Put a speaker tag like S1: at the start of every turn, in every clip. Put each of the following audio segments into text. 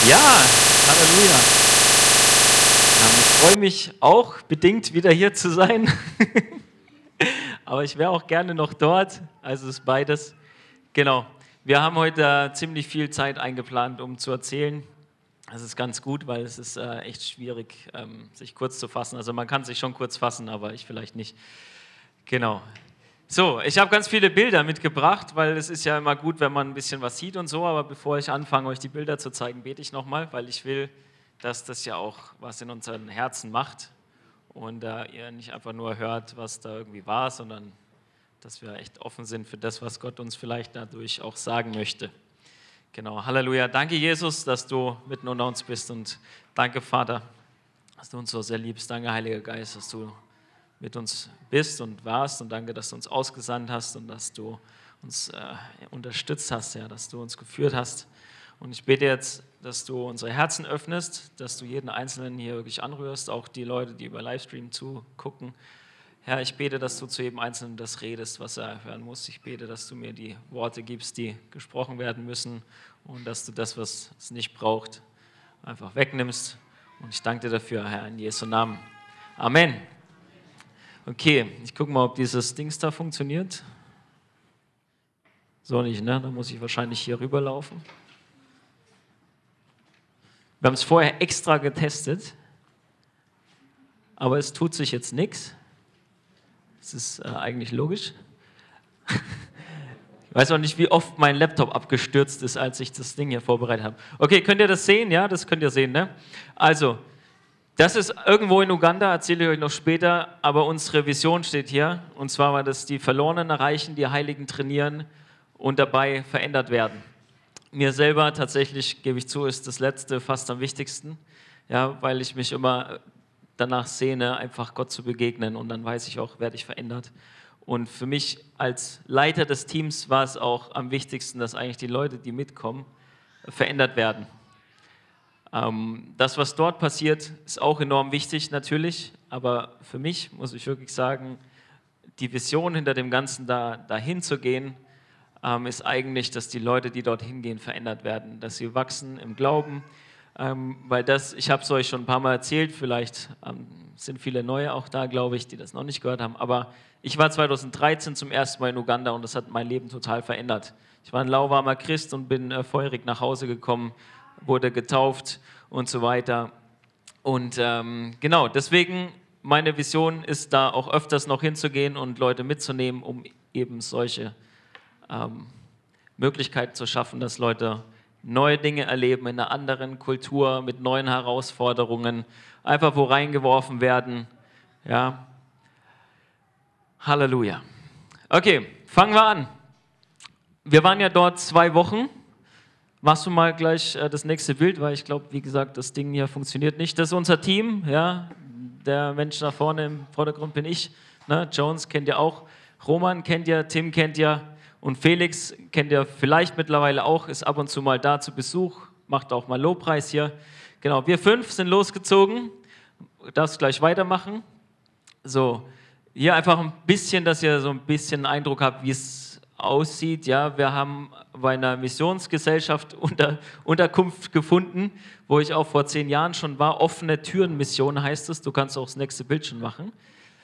S1: Ja, Halleluja. Ich freue mich auch bedingt wieder hier zu sein, aber ich wäre auch gerne noch dort, also ist beides. Genau, wir haben heute ziemlich viel Zeit eingeplant, um zu erzählen. Das ist ganz gut, weil es ist echt schwierig, sich kurz zu fassen. Also man kann sich schon kurz fassen, aber ich vielleicht nicht. Genau. So, ich habe ganz viele Bilder mitgebracht, weil es ist ja immer gut, wenn man ein bisschen was sieht und so, aber bevor ich anfange, euch die Bilder zu zeigen, bete ich nochmal, weil ich will, dass das ja auch was in unseren Herzen macht und ihr nicht einfach nur hört, was da irgendwie war, sondern dass wir echt offen sind für das, was Gott uns vielleicht dadurch auch sagen möchte. Genau, Halleluja. Danke, Jesus, dass du mitten unter uns bist und danke, Vater, dass du uns so sehr liebst. Danke, Heiliger Geist, dass du mit uns bist und warst und danke, dass du uns ausgesandt hast und dass du uns unterstützt hast, ja, dass du uns geführt hast. Und ich bete jetzt, dass du unsere Herzen öffnest, dass du jeden Einzelnen hier wirklich anrührst, auch die Leute, die über Livestream zugucken. Herr, ich bete, dass du zu jedem Einzelnen das redest, was er hören muss. Ich bete, dass du mir die Worte gibst, die gesprochen werden müssen und dass du das, was es nicht braucht, einfach wegnimmst. Und ich danke dir dafür, Herr, in Jesu Namen. Amen. Okay, ich gucke mal, ob dieses Dings da funktioniert. So nicht, ne? Da muss ich wahrscheinlich hier rüberlaufen. Wir haben es vorher extra getestet, aber es tut sich jetzt nichts. Das ist eigentlich logisch. Ich weiß auch nicht, wie oft mein Laptop abgestürzt ist, als ich das Ding hier vorbereitet habe. Okay, könnt ihr das sehen? Ja, das könnt ihr sehen, ne? Also, das ist irgendwo in Uganda, erzähle ich euch noch später, aber unsere Vision steht hier. Und zwar war das, die Verlorenen erreichen, die Heiligen trainieren und dabei verändert werden. Mir selber tatsächlich, gebe ich zu, ist das Letzte fast am wichtigsten, ja, weil ich mich immer danach sehne, einfach Gott zu begegnen und dann weiß ich auch, werde ich verändert. Und für mich als Leiter des Teams war es auch am wichtigsten, dass eigentlich die Leute, die mitkommen, verändert werden. Das, was dort passiert, ist auch enorm wichtig natürlich, aber für mich muss ich wirklich sagen, die Vision hinter dem Ganzen dahin zu gehen, ist eigentlich, dass die Leute, die dorthin gehen, verändert werden, dass sie wachsen im Glauben, weil das, ich habe es euch schon ein paar Mal erzählt, vielleicht sind viele Neue auch da, glaube ich, die das noch nicht gehört haben, aber ich war 2013 zum ersten Mal in Uganda und das hat mein Leben total verändert. Ich war ein lauwarmer Christ und bin feurig nach Hause gekommen, wurde getauft und so weiter. Und genau, deswegen meine Vision ist da auch öfters noch hinzugehen und Leute mitzunehmen, um eben solche Möglichkeiten zu schaffen, dass Leute neue Dinge erleben in einer anderen Kultur, mit neuen Herausforderungen, einfach wo reingeworfen werden. Ja. Halleluja. Okay, fangen wir an. Wir waren ja dort 2 Wochen. Machst du mal gleich das nächste Bild, weil ich glaube, wie gesagt, das Ding hier funktioniert nicht. Das ist unser Team, ja. Der Mensch da vorne im Vordergrund bin ich. Ne? Jones kennt ihr auch, Roman kennt ihr, Tim kennt ihr und Felix kennt ihr vielleicht mittlerweile auch, ist ab und zu mal da zu Besuch, macht auch mal Lobpreis hier. Genau, wir 5 sind losgezogen. Darfst gleich weitermachen. So, hier einfach ein bisschen, dass ihr so ein bisschen Eindruck habt, wie es aussieht. Ja, wir haben bei einer Missionsgesellschaft Unterkunft gefunden, wo ich auch vor 10 Jahren schon war. Offene Türen Mission heißt es. Du kannst auch das nächste Bild schon machen.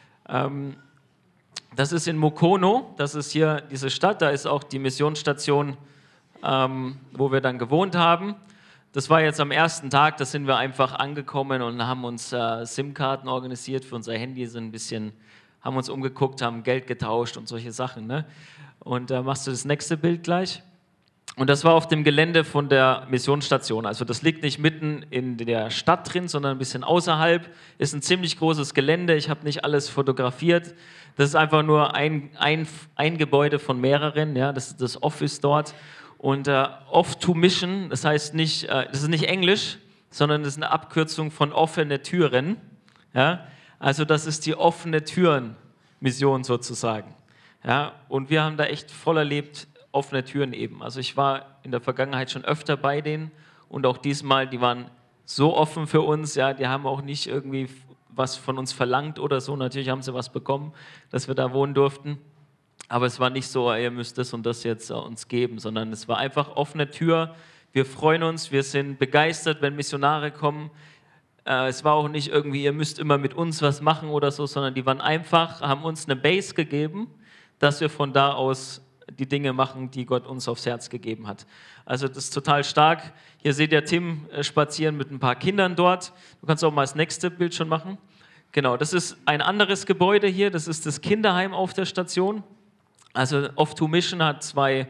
S1: Das ist in Mukono, das ist hier diese Stadt, da ist auch die Missionsstation, wo wir dann gewohnt haben. Das war jetzt am ersten Tag, da sind wir einfach angekommen und haben uns SIM-Karten organisiert für unser Handy, sind ein bisschen, haben uns umgeguckt, haben Geld getauscht und solche Sachen, ne? Und machst du das nächste Bild gleich? Und das war auf dem Gelände von der Missionsstation. Also das liegt nicht mitten in der Stadt drin, sondern ein bisschen außerhalb. Ist ein ziemlich großes Gelände. Ich habe nicht alles fotografiert. Das ist einfach nur ein Gebäude von mehreren. Ja, das ist das Office dort. Und Off to Mission, das heißt nicht, das ist nicht Englisch, sondern das ist eine Abkürzung von offene Türen. Ja, also das ist die offene Türen-Mission sozusagen. Ja, und wir haben da echt voll erlebt, offene Türen eben. Also ich war in der Vergangenheit schon öfter bei denen und auch diesmal, die waren so offen für uns, ja, die haben auch nicht irgendwie was von uns verlangt oder so. Natürlich haben sie was bekommen, dass wir da wohnen durften. Aber es war nicht so, ihr müsst das und das jetzt uns geben, sondern es war einfach offene Tür. Wir freuen uns, wir sind begeistert, wenn Missionare kommen. Es war auch nicht irgendwie, ihr müsst immer mit uns was machen oder so, sondern die waren einfach, haben uns eine Base gegeben, dass wir von da aus die Dinge machen, die Gott uns aufs Herz gegeben hat. Also das ist total stark. Hier seht ihr Tim spazieren mit ein paar Kindern dort. Du kannst auch mal das nächste Bild schon machen. Genau, das ist ein anderes Gebäude hier, das ist das Kinderheim auf der Station. Also Off to Mission hat zwei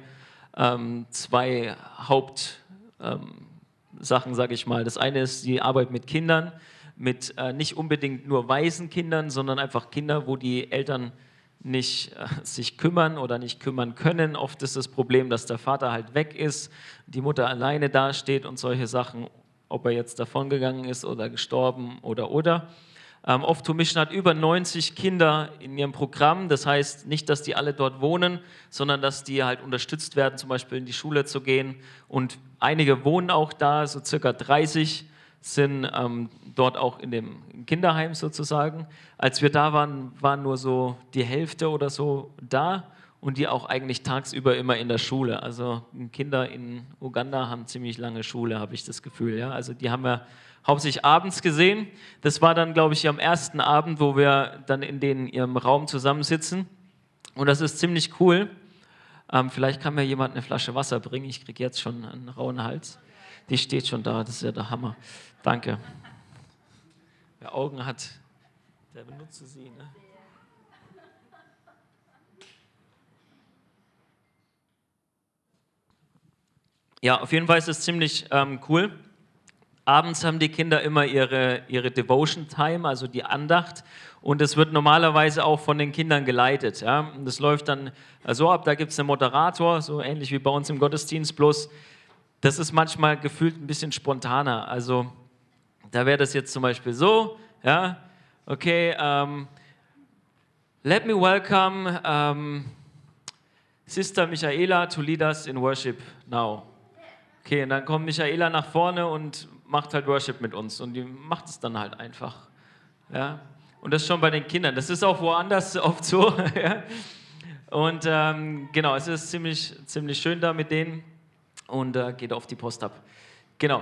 S1: Hauptsachen, sage ich mal. Das eine ist die Arbeit mit Kindern, mit nicht unbedingt nur Waisenkindern, sondern einfach Kinder, wo die Eltern nicht sich kümmern oder nicht kümmern können. Oft ist das Problem, dass der Vater halt weg ist, die Mutter alleine dasteht und solche Sachen, ob er jetzt davongegangen ist oder gestorben oder. Off to Mission hat über 90 Kinder in ihrem Programm. Das heißt nicht, dass die alle dort wohnen, sondern dass die halt unterstützt werden, zum Beispiel in die Schule zu gehen. Und einige wohnen auch da, so circa 30 sind dort auch in dem Kinderheim sozusagen. Als wir da waren, waren nur so die Hälfte oder so da und die auch eigentlich tagsüber immer in der Schule. Also Kinder in Uganda haben ziemlich lange Schule, habe ich das Gefühl. Ja? Also die haben wir hauptsächlich abends gesehen. Das war dann, glaube ich, am ersten Abend, wo wir dann in ihrem Raum zusammensitzen. Und das ist ziemlich cool. Vielleicht kann mir jemand eine Flasche Wasser bringen. Ich kriege jetzt schon einen rauen Hals. Die steht schon da, das ist ja der Hammer. Danke. Wer Augen hat, der benutze sie. Ne? Ja, auf jeden Fall ist es ziemlich cool. Abends haben die Kinder immer ihre Devotion Time, also die Andacht. Und es wird normalerweise auch von den Kindern geleitet. Ja? Und das läuft dann so ab, da gibt es einen Moderator, so ähnlich wie bei uns im Gottesdienst, bloß das ist manchmal gefühlt ein bisschen spontaner. Also da wäre das jetzt zum Beispiel so, ja, okay, let me welcome Sister Michaela to lead us in worship now. Okay, und dann kommt Michaela nach vorne und macht halt Worship mit uns und die macht es dann halt einfach. Ja? Und das schon bei den Kindern. Das ist auch woanders oft so. Ja? Und genau, es ist ziemlich schön da mit denen und geht auf die Post ab. Genau.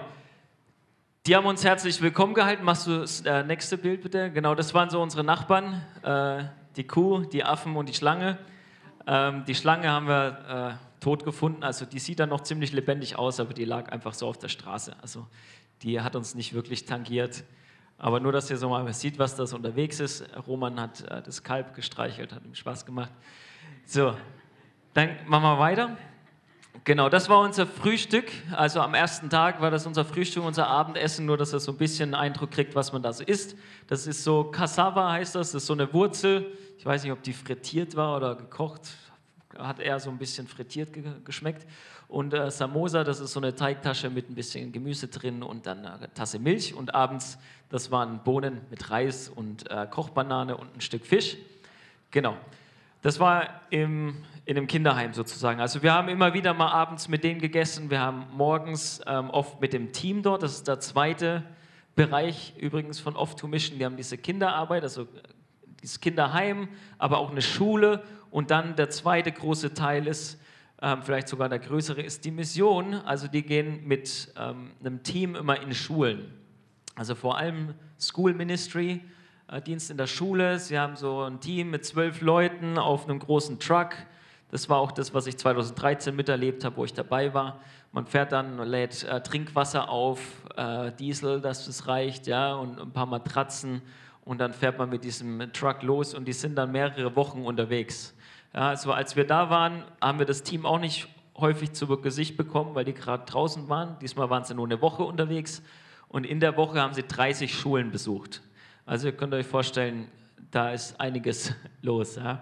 S1: Die haben uns herzlich willkommen gehalten. Machst du das nächste Bild bitte? Genau, das waren so unsere Nachbarn. Die Kuh, die Affen und die Schlange. Die Schlange haben wir tot gefunden. Also die sieht dann noch ziemlich lebendig aus, aber die lag einfach so auf der Straße. Also die hat uns nicht wirklich tangiert. Aber nur, dass ihr so mal sieht, was das unterwegs ist. Roman hat das Kalb gestreichelt, hat ihm Spaß gemacht. So, dann machen wir weiter. Genau, das war unser Frühstück. Also am ersten Tag war das unser Frühstück, unser Abendessen, nur dass ihr so ein bisschen einen Eindruck kriegt, was man da so isst. Das ist so Cassava heißt das ist so eine Wurzel. Ich weiß nicht, ob die frittiert war oder gekocht. Hat eher so ein bisschen frittiert geschmeckt. Und Samosa, das ist so eine Teigtasche mit ein bisschen Gemüse drin und dann eine Tasse Milch. Und abends, das waren Bohnen mit Reis und Kochbanane und ein Stück Fisch. Genau. Das war in einem Kinderheim sozusagen. Also wir haben immer wieder mal abends mit denen gegessen. Wir haben morgens oft mit dem Team dort, das ist der zweite Bereich übrigens von Off to Mission. Die haben diese Kinderarbeit, also dieses Kinderheim, aber auch eine Schule. Und dann der zweite große Teil ist, vielleicht sogar der größere, ist die Mission. Also die gehen mit einem Team immer in Schulen. Also vor allem School Ministry, Dienst in der Schule. Sie haben so ein Team mit 12 Leuten auf einem großen Truck. Das war auch das, was ich 2013 miterlebt habe, wo ich dabei war. Man fährt dann, lädt Trinkwasser auf, Diesel, dass es reicht, ja, und ein paar Matratzen. Und dann fährt man mit diesem Truck los und die sind dann mehrere Wochen unterwegs. Ja, also als wir da waren, haben wir das Team auch nicht häufig zu Gesicht bekommen, weil die gerade draußen waren. Diesmal waren sie nur eine Woche unterwegs. Und in der Woche haben sie 30 Schulen besucht. Also ihr könnt euch vorstellen, da ist einiges los. Ja?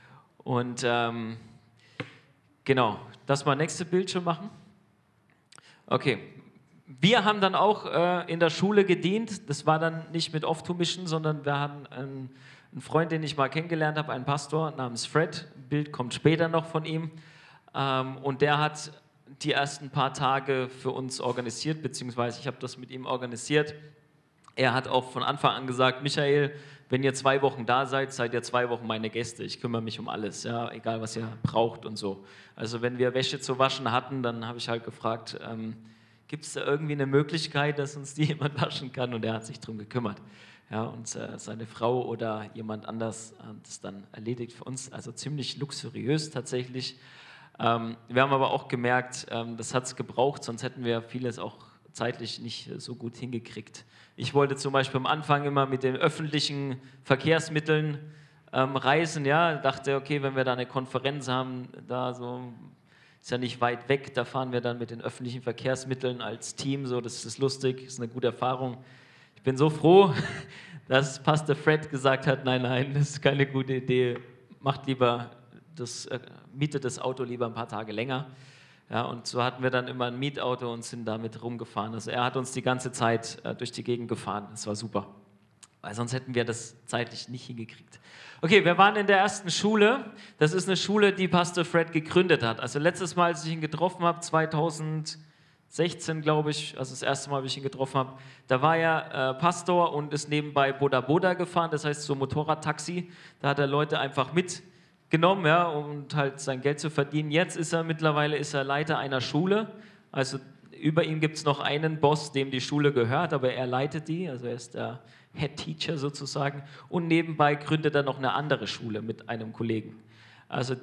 S1: Und genau, das mal nächste Bild schon machen. Okay, wir haben dann auch in der Schule gedient. Das war dann nicht mit Off to Mission, sondern wir hatten einen Freund, den ich mal kennengelernt habe, einen Pastor namens Fred. Bild kommt später noch von ihm. Und der hat die ersten paar Tage für uns organisiert, beziehungsweise ich habe das mit ihm organisiert. Er hat auch von Anfang an gesagt, Michael, wenn ihr 2 Wochen da seid, seid ihr 2 Wochen meine Gäste. Ich kümmere mich um alles, ja, egal was ihr braucht und so. Also wenn wir Wäsche zu waschen hatten, dann habe ich halt gefragt, gibt es da irgendwie eine Möglichkeit, dass uns die jemand waschen kann? Und er hat sich darum gekümmert. Ja, und seine Frau oder jemand anders hat es dann erledigt für uns. Also ziemlich luxuriös tatsächlich. Wir haben aber auch gemerkt, das hat es gebraucht, sonst hätten wir vieles auch zeitlich nicht so gut hingekriegt. Ich wollte zum Beispiel am Anfang immer mit den öffentlichen Verkehrsmitteln reisen, ja, dachte, okay, wenn wir da eine Konferenz haben, da so, ist ja nicht weit weg, da fahren wir dann mit den öffentlichen Verkehrsmitteln als Team, so, das ist lustig, das ist eine gute Erfahrung. Ich bin so froh, dass Pastor Fred gesagt hat, nein, nein, das ist keine gute Idee, macht lieber mietet das Auto lieber ein paar Tage länger. Ja, und so hatten wir dann immer ein Mietauto und sind damit rumgefahren. Also er hat uns die ganze Zeit durch die Gegend gefahren. Das war super, weil sonst hätten wir das zeitlich nicht hingekriegt. Okay, wir waren in der ersten Schule. Das ist eine Schule, die Pastor Fred gegründet hat. Also letztes Mal, als ich ihn getroffen habe, 2016, glaube ich, also das erste Mal, als ich ihn getroffen habe, da war er Pastor und ist nebenbei Boda Boda gefahren, das heißt so Motorradtaxi. Da hat er Leute einfach mitgenommen, ja, und halt sein Geld zu verdienen. Jetzt mittlerweile ist er Leiter einer Schule. Also über ihm gibt es noch einen Boss, dem die Schule gehört, aber er leitet die, also er ist der Head Teacher sozusagen. Und nebenbei gründet er noch eine andere Schule mit einem Kollegen. Also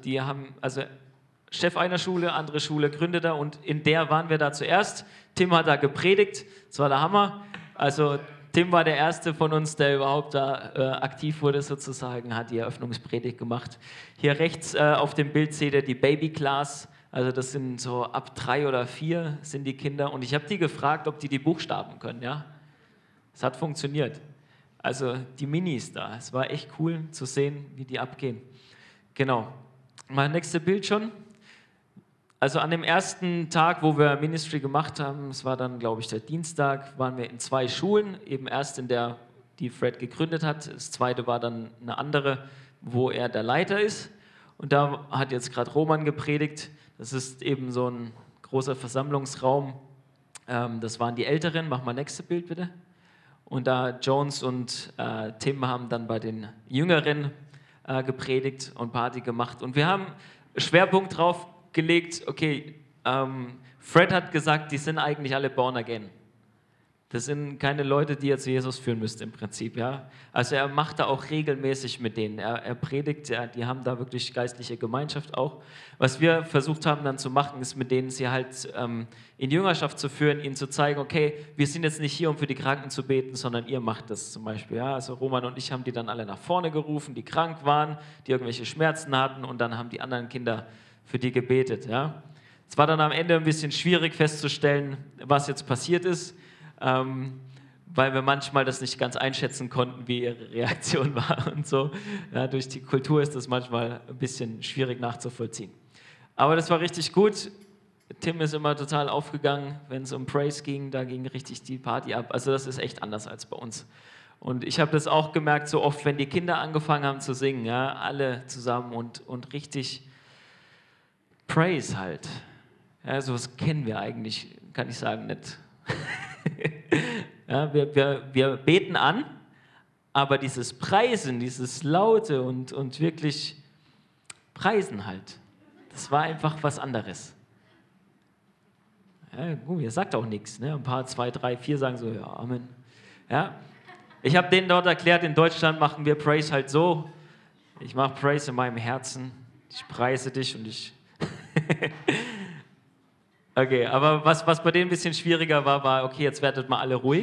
S1: Chef einer Schule, andere Schule gründet er und in der waren wir da zuerst. Tim hat da gepredigt, das war der Hammer. Also Tim war der Erste von uns, der überhaupt da aktiv wurde sozusagen, hat die Eröffnungspredigt gemacht. Hier rechts auf dem Bild seht ihr die Baby Class, also das sind so ab 3 oder 4 sind die Kinder und ich habe die gefragt, ob die Buchstaben können, ja. Es hat funktioniert. Also die Minis da, es war echt cool zu sehen, wie die abgehen. Genau. Mal nächste Bild schon. Also an dem ersten Tag, wo wir Ministry gemacht haben, es war dann, glaube ich, der Dienstag, waren wir in 2 Schulen, eben erst in der, die Fred gegründet hat, das zweite war dann eine andere, wo er der Leiter ist und da hat jetzt gerade Roman gepredigt, das ist eben so ein großer Versammlungsraum, das waren die Älteren, mach mal nächste Bild bitte und da Jones und Tim haben dann bei den Jüngeren gepredigt und Party gemacht und wir haben Schwerpunkt drauf gelegt, okay, Fred hat gesagt, die sind eigentlich alle born again. Das sind keine Leute, die er zu Jesus führen müsste im Prinzip, ja. Also er macht da auch regelmäßig mit denen, er predigt, die haben da wirklich geistliche Gemeinschaft auch. Was wir versucht haben dann zu machen, ist mit denen sie halt in Jüngerschaft zu führen, ihnen zu zeigen, okay, wir sind jetzt nicht hier, um für die Kranken zu beten, sondern ihr macht das zum Beispiel, ja. Also Roman und ich haben die dann alle nach vorne gerufen, die krank waren, die irgendwelche Schmerzen hatten und dann haben die anderen Kinder für die gebetet, ja. Es war dann am Ende ein bisschen schwierig festzustellen, was jetzt passiert ist, weil wir manchmal das nicht ganz einschätzen konnten, wie ihre Reaktion war und so. Ja, durch die Kultur ist das manchmal ein bisschen schwierig nachzuvollziehen. Aber das war richtig gut. Tim ist immer total aufgegangen, wenn es um Praise ging, da ging richtig die Party ab. Also das ist echt anders als bei uns. Und ich habe das auch gemerkt, so oft, wenn die Kinder angefangen haben zu singen, ja, alle zusammen und richtig Praise halt. Ja, sowas kennen wir eigentlich, kann ich sagen, nicht. Ja, wir beten an, aber dieses Preisen, dieses Laute und wirklich Preisen halt, das war einfach was anderes. Ja, gut, ihr sagt auch nichts, ne? Ein paar, 2, 3, 4 sagen so, ja, Amen. Ja? Ich habe denen dort erklärt, in Deutschland machen wir Praise halt so, ich mache Praise in meinem Herzen, ich preise dich und ich... Okay, aber was bei denen ein bisschen schwieriger war, okay, jetzt werdet mal alle ruhig.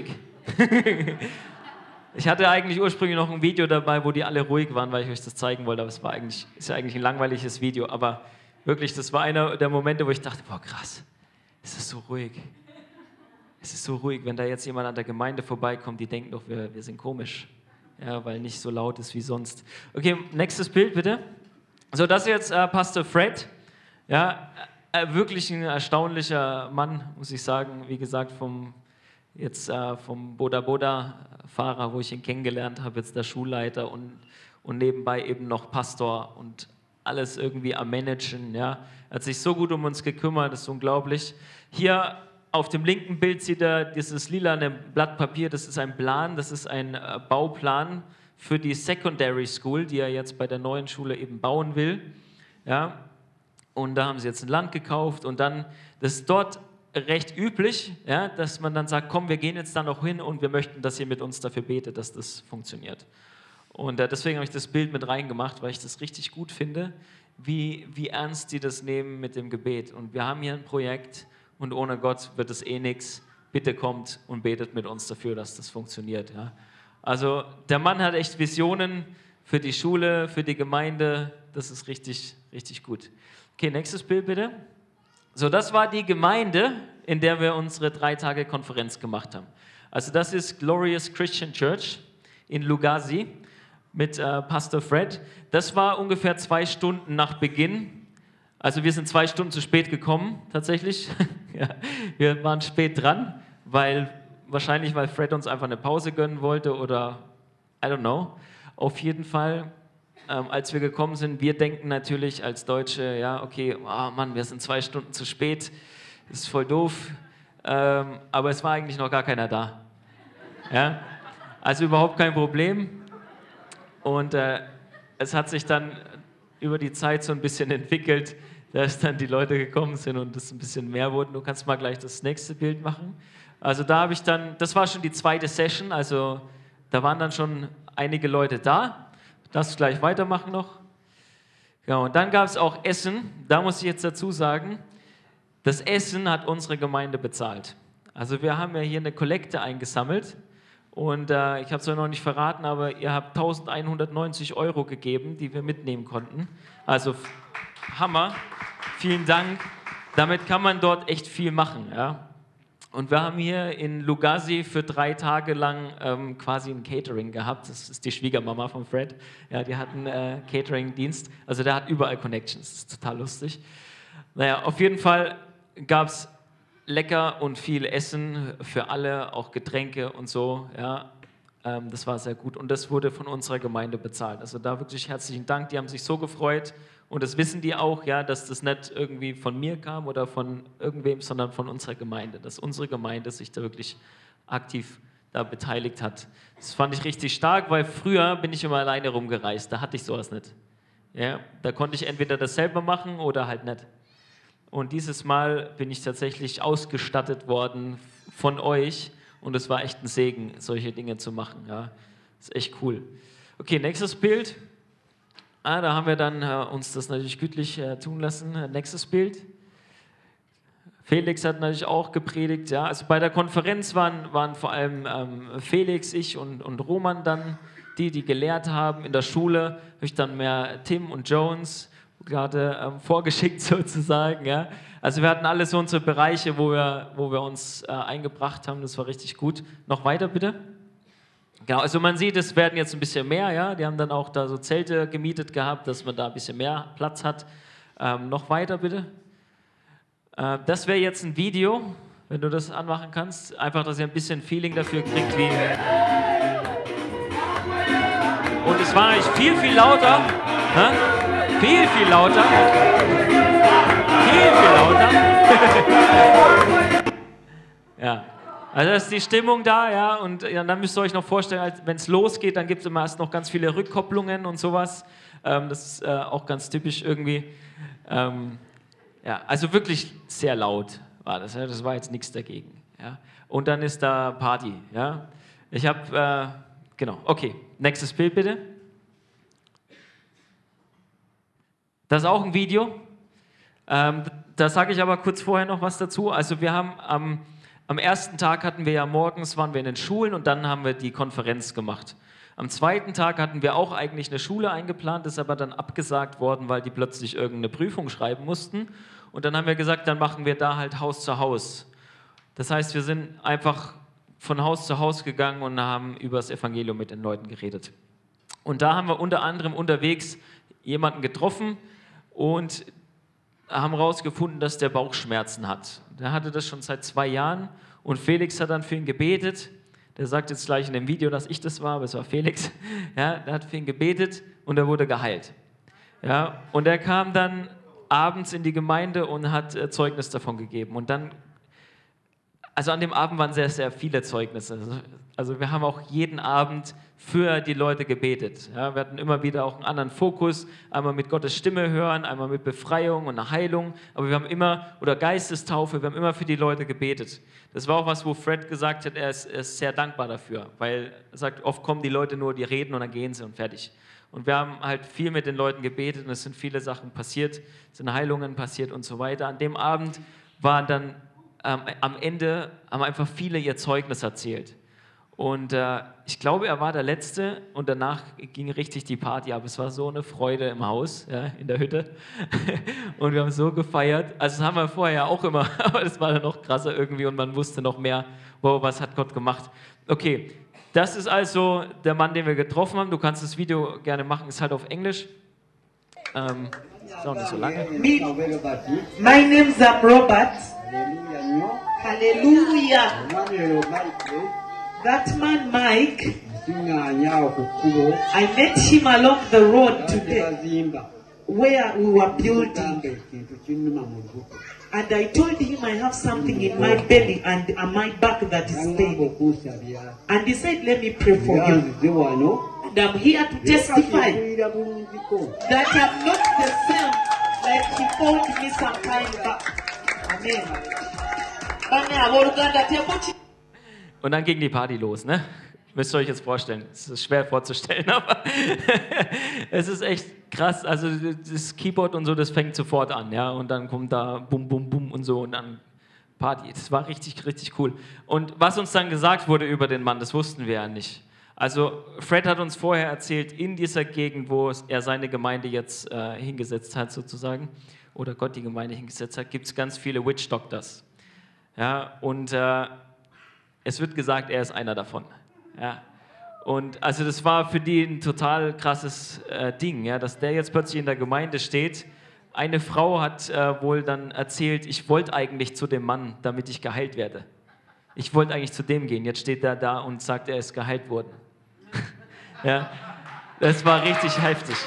S1: Ich hatte eigentlich ursprünglich noch ein Video dabei, wo die alle ruhig waren, weil ich euch das zeigen wollte, aber ist ja eigentlich ein langweiliges Video, aber wirklich, das war einer der Momente, wo ich dachte, boah krass, es ist so ruhig. Es ist so ruhig, wenn da jetzt jemand an der Gemeinde vorbeikommt, die denken doch, wir sind komisch, ja, weil nicht so laut ist wie sonst. Okay, nächstes Bild bitte. So, das ist jetzt Pastor Fred, ja, wirklich ein erstaunlicher Mann, muss ich sagen. Wie gesagt, vom Boda Boda-Fahrer, wo ich ihn kennengelernt habe, jetzt der Schulleiter und nebenbei eben noch Pastor und alles irgendwie am Managen. Ja. Er hat sich so gut um uns gekümmert, das ist unglaublich. Hier auf dem linken Bild sieht er dieses lilane Blatt Papier, das ist ein Plan, das ist ein Bauplan für die Secondary School, die er jetzt bei der neuen Schule eben bauen will. Ja. Und da haben sie jetzt ein Land gekauft und dann, das ist dort recht üblich, ja, dass man dann sagt, komm, wir gehen jetzt da noch hin und wir möchten, dass ihr mit uns dafür betet, dass das funktioniert. Und deswegen habe ich das Bild mit reingemacht, weil ich das richtig gut finde, wie ernst die das nehmen mit dem Gebet. Und wir haben hier ein Projekt und ohne Gott wird es eh nichts. Bitte kommt und betet mit uns dafür, dass das funktioniert. Ja. Also der Mann hat echt Visionen für die Schule, für die Gemeinde. Das ist richtig, richtig gut. Okay, nächstes Bild bitte. So, das war die Gemeinde, in der wir unsere 3-Tage-Konferenz gemacht haben. Also das ist Glorious Christian Church in Lugazi mit Pastor Fred. Das war ungefähr 2 Stunden nach Beginn. Also wir sind 2 Stunden zu spät gekommen, tatsächlich. Ja, wir waren spät dran, wahrscheinlich weil Fred uns einfach eine Pause gönnen wollte oder I don't know. Auf jeden Fall, als wir gekommen sind, wir denken natürlich als Deutsche, ja, okay, oh Mann, wir sind 2 Stunden zu spät, das ist voll doof. Aber es war eigentlich noch gar keiner da. Ja? Also überhaupt kein Problem. Und es hat sich dann über die Zeit so ein bisschen entwickelt, dass dann die Leute gekommen sind und es ein bisschen mehr wurden. Du kannst mal gleich das nächste Bild machen. Also da habe ich dann, das war schon die 2. Session, also da waren dann schon einige Leute da. Darfst du gleich weitermachen noch? Ja, und dann gab es auch Essen. Da muss ich jetzt dazu sagen, das Essen hat unsere Gemeinde bezahlt. Also wir haben ja hier eine Kollekte eingesammelt. Und ich habe es euch noch nicht verraten, aber ihr habt 1.190 € gegeben, die wir mitnehmen konnten. Also Hammer, vielen Dank. Damit kann man dort echt viel machen. Ja? Und wir haben hier in Lugazi für 3 Tage lang quasi ein Catering gehabt. Das ist die Schwiegermama von Fred. Ja, die hat einen Catering-Dienst. Also der hat überall Connections. Das ist total lustig. Naja, auf jeden Fall gab es lecker und viel Essen für alle, auch Getränke und so. Ja, das war sehr gut und das wurde von unserer Gemeinde bezahlt. Also da wirklich herzlichen Dank, die haben sich so gefreut und das wissen die auch, ja, dass das nicht irgendwie von mir kam oder von irgendwem, sondern von unserer Gemeinde, dass unsere Gemeinde sich da wirklich aktiv da beteiligt hat. Das fand ich richtig stark, weil früher bin ich immer alleine rumgereist, da hatte ich sowas nicht. Ja, da konnte ich entweder das selber machen oder halt nicht. Und dieses Mal bin ich tatsächlich ausgestattet worden von euch und es war echt ein Segen, solche Dinge zu machen. Ja, das ist echt cool. Okay, nächstes Bild. Da haben wir dann uns das natürlich gütlich tun lassen. Nächstes Bild. Felix hat natürlich auch gepredigt. Ja, also bei der Konferenz waren vor allem Felix, ich und Roman dann die gelehrt haben. In der Schule habe ich dann mehr Tim und Jones gerade vorgeschickt sozusagen. Ja. Also wir hatten alle so unsere Bereiche, wo wir uns eingebracht haben. Das war richtig gut. Noch weiter bitte. Genau, also man sieht, es werden jetzt ein bisschen mehr. Ja. Die haben dann auch da so Zelte gemietet gehabt, dass man da ein bisschen mehr Platz hat. Noch weiter bitte. Das wäre jetzt ein Video, wenn du das anmachen kannst. Einfach, dass ihr ein bisschen Feeling dafür kriegt, wie... Und es war eigentlich viel, viel lauter. Viel, viel lauter. Viel, viel lauter. Ja, also das ist die Stimmung da, ja. Und dann müsst ihr euch noch vorstellen, wenn es losgeht, dann gibt es immer erst noch ganz viele Rückkopplungen und sowas. Das ist auch ganz typisch irgendwie. Ja, also wirklich sehr laut war das. Ja. Das war jetzt nichts dagegen. Ja. Und dann ist da Party. Ja. Ich habe, genau, okay, nächstes Bild bitte. Das ist auch ein Video. Da sage ich aber kurz vorher noch was dazu. Also wir haben am ersten Tag hatten wir ja morgens, waren wir in den Schulen und dann haben wir die Konferenz gemacht. Am zweiten Tag hatten wir auch eigentlich eine Schule eingeplant, ist aber dann abgesagt worden, weil die plötzlich irgendeine Prüfung schreiben mussten. Und dann haben wir gesagt, dann machen wir da halt Haus zu Haus. Das heißt, wir sind einfach von Haus zu Haus gegangen und haben über das Evangelium mit den Leuten geredet. Und da haben wir unter anderem unterwegs jemanden getroffen und haben herausgefunden, dass der Bauchschmerzen hat. Der hatte das schon seit 2 Jahren und Felix hat dann für ihn gebetet. Der sagt jetzt gleich in dem Video, dass ich das war, aber es war Felix. Ja, der hat für ihn gebetet und er wurde geheilt. Ja, und er kam dann abends in die Gemeinde und hat Zeugnis davon gegeben. Und dann also an dem Abend waren sehr, sehr viele Zeugnisse. Also wir haben auch jeden Abend für die Leute gebetet. Ja, wir hatten immer wieder auch einen anderen Fokus, einmal mit Gottes Stimme hören, einmal mit Befreiung und einer Heilung, aber wir haben immer, oder Geistestaufe, wir haben immer für die Leute gebetet. Das war auch was, wo Fred gesagt hat, er ist sehr dankbar dafür, weil er sagt, oft kommen die Leute nur, die reden und dann gehen sie und fertig. Und wir haben halt viel mit den Leuten gebetet und es sind viele Sachen passiert, es sind Heilungen passiert und so weiter. An dem Abend waren dann am Ende, haben einfach viele ihr Zeugnis erzählt. Und ich glaube, er war der Letzte und danach ging richtig die Party ab. Es war so eine Freude im Haus, ja, in der Hütte. Und wir haben so gefeiert. Also das haben wir vorher auch immer, aber das war dann noch krasser irgendwie und man wusste noch mehr, wow, was hat Gott gemacht. Okay, das ist also der Mann, den wir getroffen haben. Du kannst das Video gerne machen, ist halt auf Englisch. Ist auch nicht so lange.
S2: My name's Robert. Hallelujah. That man, Mike, I met him along the road today where we were building. And I told him I have something in my belly and on my back that is paining. And he said, let me pray for you. And I'm here to testify that I'm not the same like he told me some time back. Amen.
S1: Und dann ging die Party los, ne? Müsst ihr euch jetzt vorstellen. Es ist schwer vorzustellen, aber es ist echt krass. Also das Keyboard und so, das fängt sofort an, ja? Und dann kommt da Bum, Bum, Bum und so und dann Party. Das war richtig, richtig cool. Und was uns dann gesagt wurde über den Mann, das wussten wir ja nicht. Also Fred hat uns vorher erzählt, in dieser Gegend, wo er seine Gemeinde jetzt hingesetzt hat sozusagen, oder Gott die Gemeinde hingesetzt hat, gibt es ganz viele Witch Doctors. Ja, und es wird gesagt, er ist einer davon. Ja. Und also das war für die ein total krasses Ding, ja, dass der jetzt plötzlich in der Gemeinde steht. Eine Frau hat wohl dann erzählt, ich wollte eigentlich zu dem Mann, damit ich geheilt werde. Ich wollte eigentlich zu dem gehen. Jetzt steht er da und sagt, er ist geheilt worden. Ja, das war richtig heftig.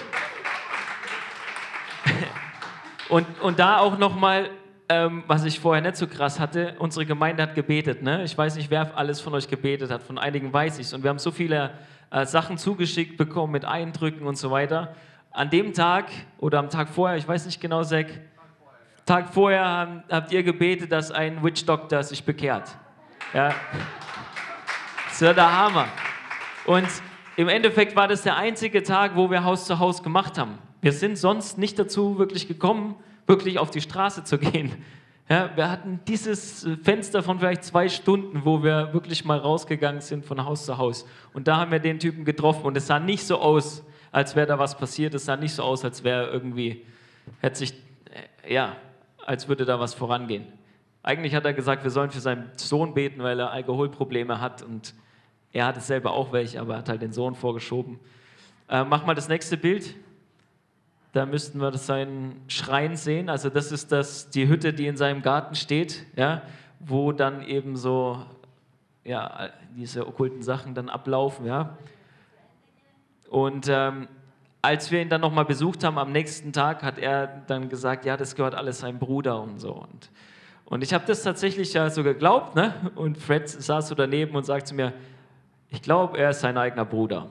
S1: Und da auch nochmal, was ich vorher nicht so krass hatte, unsere Gemeinde hat gebetet. Ne? Ich weiß nicht, wer alles von euch gebetet hat, von einigen weiß ich es. Und wir haben so viele Sachen zugeschickt bekommen mit Eindrücken und so weiter. An dem Tag oder am Tag vorher, ich weiß nicht genau, Zack, Tag vorher habt ihr gebetet, dass ein Witch Doctor sich bekehrt. Ja. Das war der Hammer. Und im Endeffekt war das der einzige Tag, wo wir Haus zu Haus gemacht haben. Wir sind sonst nicht dazu wirklich gekommen, wirklich auf die Straße zu gehen. Ja, wir hatten dieses Fenster von vielleicht 2 Stunden, wo wir wirklich mal rausgegangen sind von Haus zu Haus. Und da haben wir den Typen getroffen und es sah nicht so aus, als wäre da was passiert. Es sah nicht so aus, als wäre irgendwie, als würde da was vorangehen. Eigentlich hat er gesagt, wir sollen für seinen Sohn beten, weil er Alkoholprobleme hat und er hatte selber auch welche, aber er hat halt den Sohn vorgeschoben. Mach mal das nächste Bild. Da müssten wir seinen Schrein sehen. Also das ist die Hütte, die in seinem Garten steht, ja, wo dann eben so ja, diese okkulten Sachen dann ablaufen. Ja. Und als wir ihn dann nochmal besucht haben am nächsten Tag, hat er dann gesagt, ja, das gehört alles seinem Bruder und so. Und ich habe das tatsächlich ja so geglaubt, ne? Und Fred saß so daneben und sagt zu mir, ich glaube, er ist sein eigener Bruder.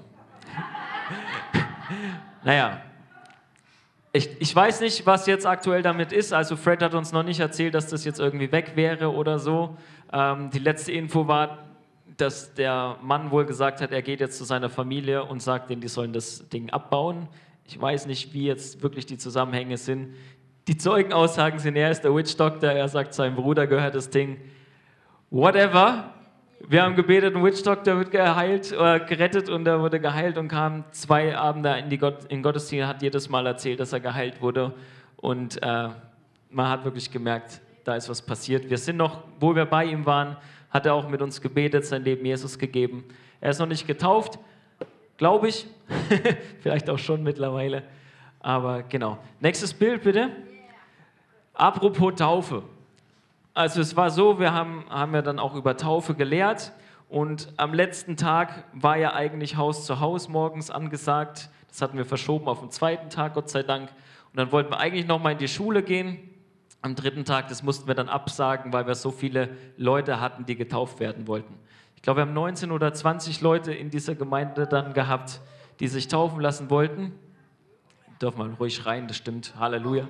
S1: Naja, ich weiß nicht, was jetzt aktuell damit ist. Also Fred hat uns noch nicht erzählt, dass das jetzt irgendwie weg wäre oder so. Die letzte Info war, dass der Mann wohl gesagt hat, er geht jetzt zu seiner Familie und sagt denen, die sollen das Ding abbauen. Ich weiß nicht, wie jetzt wirklich die Zusammenhänge sind. Die Zeugenaussagen sind, er ist der Witch Doctor, er sagt, seinem Bruder gehört das Ding. Whatever. Wir haben gebetet, ein Witch Doctor wird geheilt, gerettet und er wurde geheilt und kam 2 Abende in Gottesdienst, hat jedes Mal erzählt, dass er geheilt wurde und man hat wirklich gemerkt, da ist was passiert. Wir sind noch, wo wir bei ihm waren, hat er auch mit uns gebetet, sein Leben Jesus gegeben. Er ist noch nicht getauft, glaube ich, vielleicht auch schon mittlerweile, aber genau. Nächstes Bild bitte. Apropos Taufe. Also es war so, wir haben ja dann auch über Taufe gelehrt und am letzten Tag war ja eigentlich Haus zu Haus morgens angesagt. Das hatten wir verschoben auf den 2. Tag, Gott sei Dank. Und dann wollten wir eigentlich nochmal in die Schule gehen Am 3. Tag, das mussten wir dann absagen, weil wir so viele Leute hatten, die getauft werden wollten. Ich glaube, wir haben 19 oder 20 Leute in dieser Gemeinde dann gehabt, die sich taufen lassen wollten. Dürfen wir ruhig rein, das stimmt. Halleluja.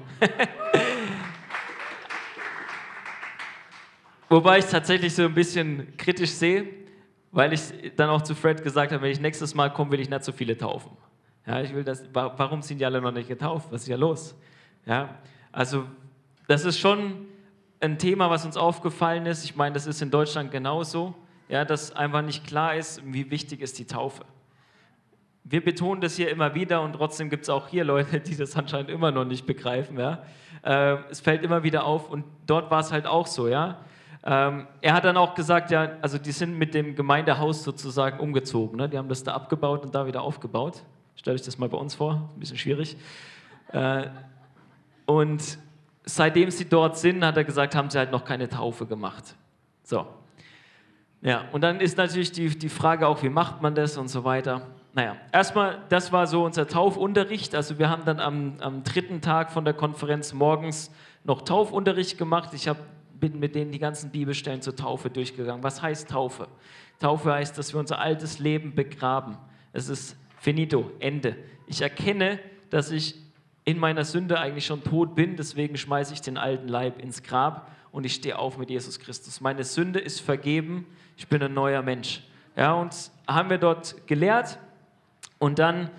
S1: Wobei ich es tatsächlich so ein bisschen kritisch sehe, weil ich dann auch zu Fred gesagt habe, wenn ich nächstes Mal komme, will ich nicht so viele taufen. Ja, ich will das, warum sind die alle noch nicht getauft? Was ist hier los? Ja, also das ist schon ein Thema, was uns aufgefallen ist. Ich meine, das ist in Deutschland genauso, ja, dass einfach nicht klar ist, wie wichtig ist die Taufe. Wir betonen das hier immer wieder und trotzdem gibt es auch hier Leute, die das anscheinend immer noch nicht begreifen. Ja. Es fällt immer wieder auf und dort war es halt auch so, ja. Er hat dann auch gesagt, ja, also die sind mit dem Gemeindehaus sozusagen umgezogen. Ne? Die haben das da abgebaut und da wieder aufgebaut. Stellt euch das mal bei uns vor, ein bisschen schwierig. Und seitdem sie dort sind, hat er gesagt, haben sie halt noch keine Taufe gemacht. So. Ja, und dann ist natürlich die Frage auch, wie macht man das und so weiter. Naja, erstmal, das war so unser Taufunterricht. Also wir haben dann am 3. Tag von der Konferenz morgens noch Taufunterricht gemacht. Bin mit denen die ganzen Bibelstellen zur Taufe durchgegangen. Was heißt Taufe? Taufe heißt, dass wir unser altes Leben begraben. Es ist finito, Ende. Ich erkenne, dass ich in meiner Sünde eigentlich schon tot bin, deswegen schmeiße ich den alten Leib ins Grab und ich stehe auf mit Jesus Christus. Meine Sünde ist vergeben, ich bin ein neuer Mensch. Ja, und haben wir dort gelehrt und dann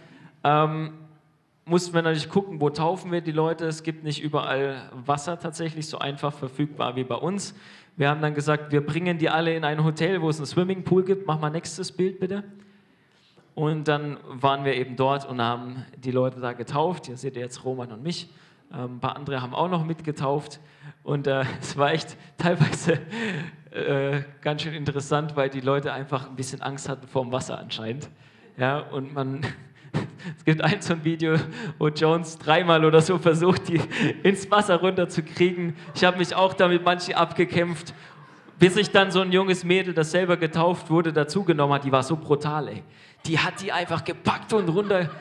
S1: mussten wir natürlich gucken, wo taufen wir die Leute. Es gibt nicht überall Wasser tatsächlich so einfach verfügbar wie bei uns. Wir haben dann gesagt, wir bringen die alle in ein Hotel, wo es einen Swimmingpool gibt. Mach mal nächstes Bild bitte. Und dann waren wir eben dort und haben die Leute da getauft. Hier seht ihr jetzt Roman und mich. Ein paar andere haben auch noch mitgetauft. Und es war echt teilweise ganz schön interessant, weil die Leute einfach ein bisschen Angst hatten vor dem Wasser anscheinend. Ja, und es gibt so ein Video, wo Jones 3-mal oder so versucht, die ins Wasser runterzukriegen. Ich habe mich auch damit manche abgekämpft, bis ich dann so ein junges Mädel, das selber getauft wurde, dazugenommen hat. Die war so brutal, ey. Die hat die einfach gepackt und runter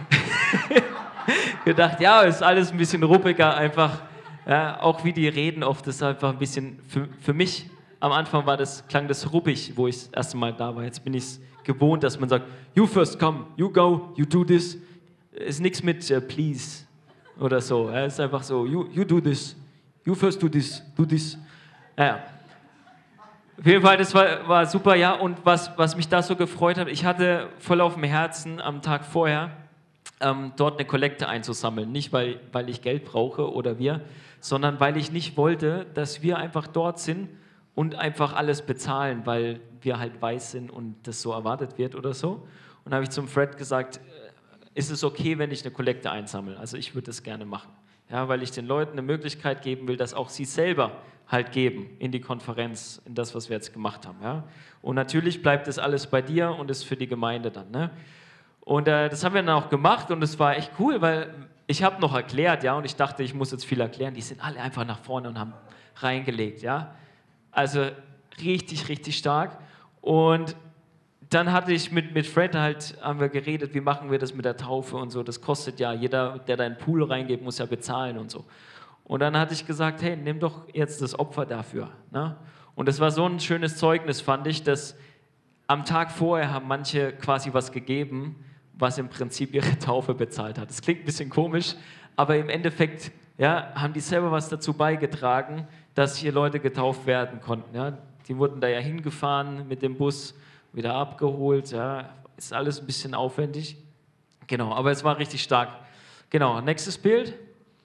S1: gedacht, ja, ist alles ein bisschen ruppiger einfach. Ja, auch wie die reden oft, ist einfach ein bisschen, für mich am Anfang klang das ruppig, wo ich das erste Mal da war. Jetzt bin ich es gewohnt, dass man sagt, you first come, you go, you do this. Ist nichts mit please oder so. Es ist einfach so, you do this, you first do this, do this. Ja. Auf jeden Fall, das war super, ja. Und was mich da so gefreut hat, ich hatte voll auf dem Herzen am Tag vorher, dort eine Kollekte einzusammeln. Nicht, weil ich Geld brauche oder wir, sondern weil ich nicht wollte, dass wir einfach dort sind und einfach alles bezahlen, weil wir halt weiß sind und das so erwartet wird oder so. Und da habe ich zum Fred gesagt, ist es okay, wenn ich eine Kollekte einsammle? Also ich würde das gerne machen, ja, weil ich den Leuten eine Möglichkeit geben will, dass auch sie selber halt geben in die Konferenz, in das, was wir jetzt gemacht haben. Ja. Und natürlich bleibt das alles bei dir und ist für die Gemeinde dann. Ne? Und das haben wir dann auch gemacht und es war echt cool, weil ich habe noch erklärt, ja, und ich dachte, ich muss jetzt viel erklären. Die sind alle einfach nach vorne und haben reingelegt, ja. Also richtig, richtig stark. Und dann hatte ich mit Fred halt, haben wir geredet, wie machen wir das mit der Taufe und so. Das kostet ja, jeder, der da in den Pool reingeht, muss ja bezahlen und so. Und dann hatte ich gesagt, hey, nimm doch jetzt das Opfer dafür. Ne? Und das war so ein schönes Zeugnis, fand ich, dass am Tag vorher haben manche quasi was gegeben, was im Prinzip ihre Taufe bezahlt hat. Das klingt ein bisschen komisch, aber im Endeffekt ja, haben die selber was dazu beigetragen, dass hier Leute getauft werden konnten. Ja? Die wurden da ja hingefahren mit dem Bus, wieder abgeholt. Ja? Ist alles ein bisschen aufwendig. Genau, aber es war richtig stark. Genau, nächstes Bild.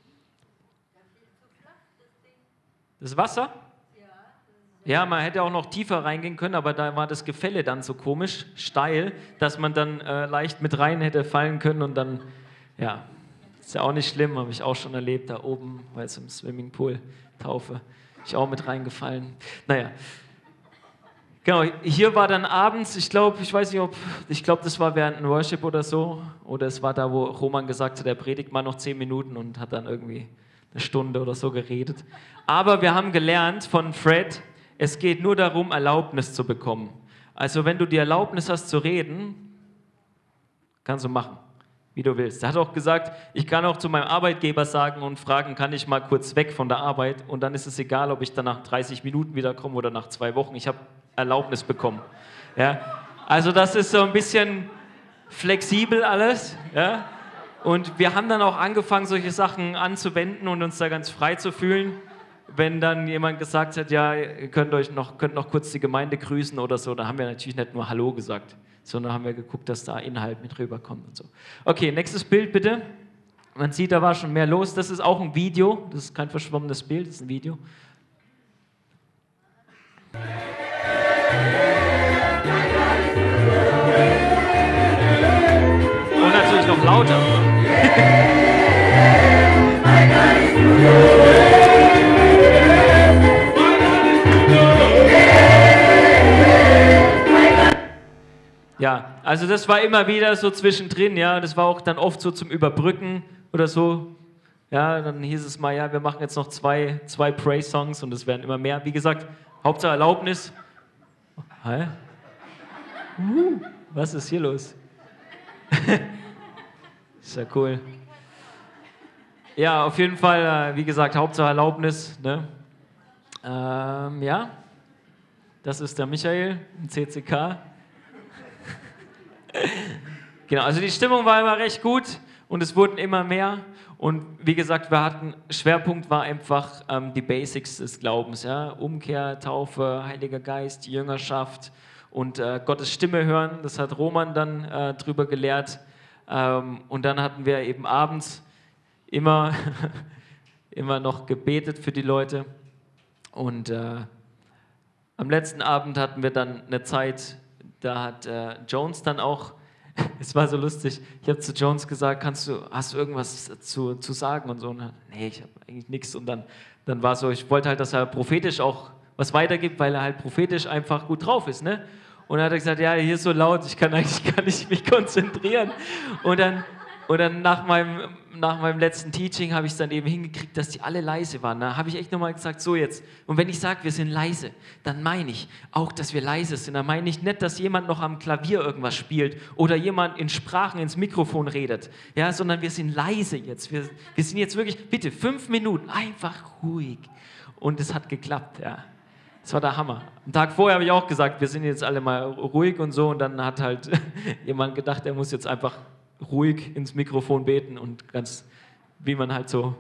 S1: Das Wasser? Ja, man hätte auch noch tiefer reingehen können, aber da war das Gefälle dann so komisch, steil, dass man dann leicht mit rein hätte fallen können und dann, ja, ist ja auch nicht schlimm, habe ich auch schon erlebt, da oben, weil es im Swimmingpool Taufe, ich auch mit reingefallen. Naja, genau, hier war dann abends, ich glaube, das war während einem Worship oder so, oder es war da, wo Roman gesagt hat, er predigt mal noch 10 Minuten und hat dann irgendwie eine Stunde oder so geredet. Aber wir haben gelernt von Fred, es geht nur darum, Erlaubnis zu bekommen. Also wenn du die Erlaubnis hast zu reden, kannst du machen, wie du willst. Er hat auch gesagt, ich kann auch zu meinem Arbeitgeber sagen und fragen, kann ich mal kurz weg von der Arbeit und dann ist es egal, ob ich dann nach 30 Minuten wiederkomme oder nach 2 Wochen. Ich habe Erlaubnis bekommen. Ja? Also das ist so ein bisschen flexibel alles. Ja? Und wir haben dann auch angefangen, solche Sachen anzuwenden und uns da ganz frei zu fühlen. Wenn dann jemand gesagt hat, ja, ihr könnt noch kurz die Gemeinde grüßen oder so, dann haben wir natürlich nicht nur Hallo gesagt, sondern haben wir geguckt, dass da Inhalt mit rüberkommt und so. Okay, nächstes Bild bitte. Man sieht, da war schon mehr los. Das ist auch ein Video, das ist kein verschwommenes Bild, das ist ein Video. Und natürlich noch lauter. Ja, also das war immer wieder so zwischendrin, ja, das war auch dann oft so zum Überbrücken oder so. Ja, dann hieß es mal, ja, wir machen jetzt noch zwei Praise-Songs und es werden immer mehr. Wie gesagt, Hauptsache Erlaubnis. Hä? Was ist hier los? Ist ja cool. Ja, auf jeden Fall, wie gesagt, Hauptsache Erlaubnis. Ne? Ja, das ist der Michael im CCK. Genau, also die Stimmung war immer recht gut und es wurden immer mehr. Und wie gesagt, Schwerpunkt war einfach die Basics des Glaubens. Ja? Umkehr, Taufe, Heiliger Geist, Jüngerschaft und Gottes Stimme hören. Das hat Roman dann drüber gelehrt. Und dann hatten wir eben abends immer noch gebetet für die Leute. Und am letzten Abend hatten wir dann eine Zeit, da hat Jones dann auch, es war so lustig, ich habe zu Jones gesagt, hast du irgendwas zu sagen und so? Und nee, ich habe eigentlich nichts. Und dann war es so, ich wollte halt, dass er prophetisch auch was weitergibt, weil er halt prophetisch einfach gut drauf ist. Ne? Und dann hat er gesagt, ja, hier ist so laut, ich kann eigentlich gar nicht mich konzentrieren. Und dann nach meinem letzten Teaching habe ich es dann eben hingekriegt, dass die alle leise waren. Da habe ich echt nochmal gesagt, so jetzt. Und wenn ich sage, wir sind leise, dann meine ich auch, dass wir leise sind. Dann meine ich nicht, dass jemand noch am Klavier irgendwas spielt oder jemand in Sprachen ins Mikrofon redet, ja, sondern wir sind leise jetzt. Wir sind jetzt wirklich, bitte, 5 Minuten, einfach ruhig. Und es hat geklappt, ja. Das war der Hammer. Am Tag vorher habe ich auch gesagt, wir sind jetzt alle mal ruhig und so. Und dann hat halt jemand gedacht, er muss jetzt einfach ruhig ins Mikrofon beten und ganz, wie man halt so.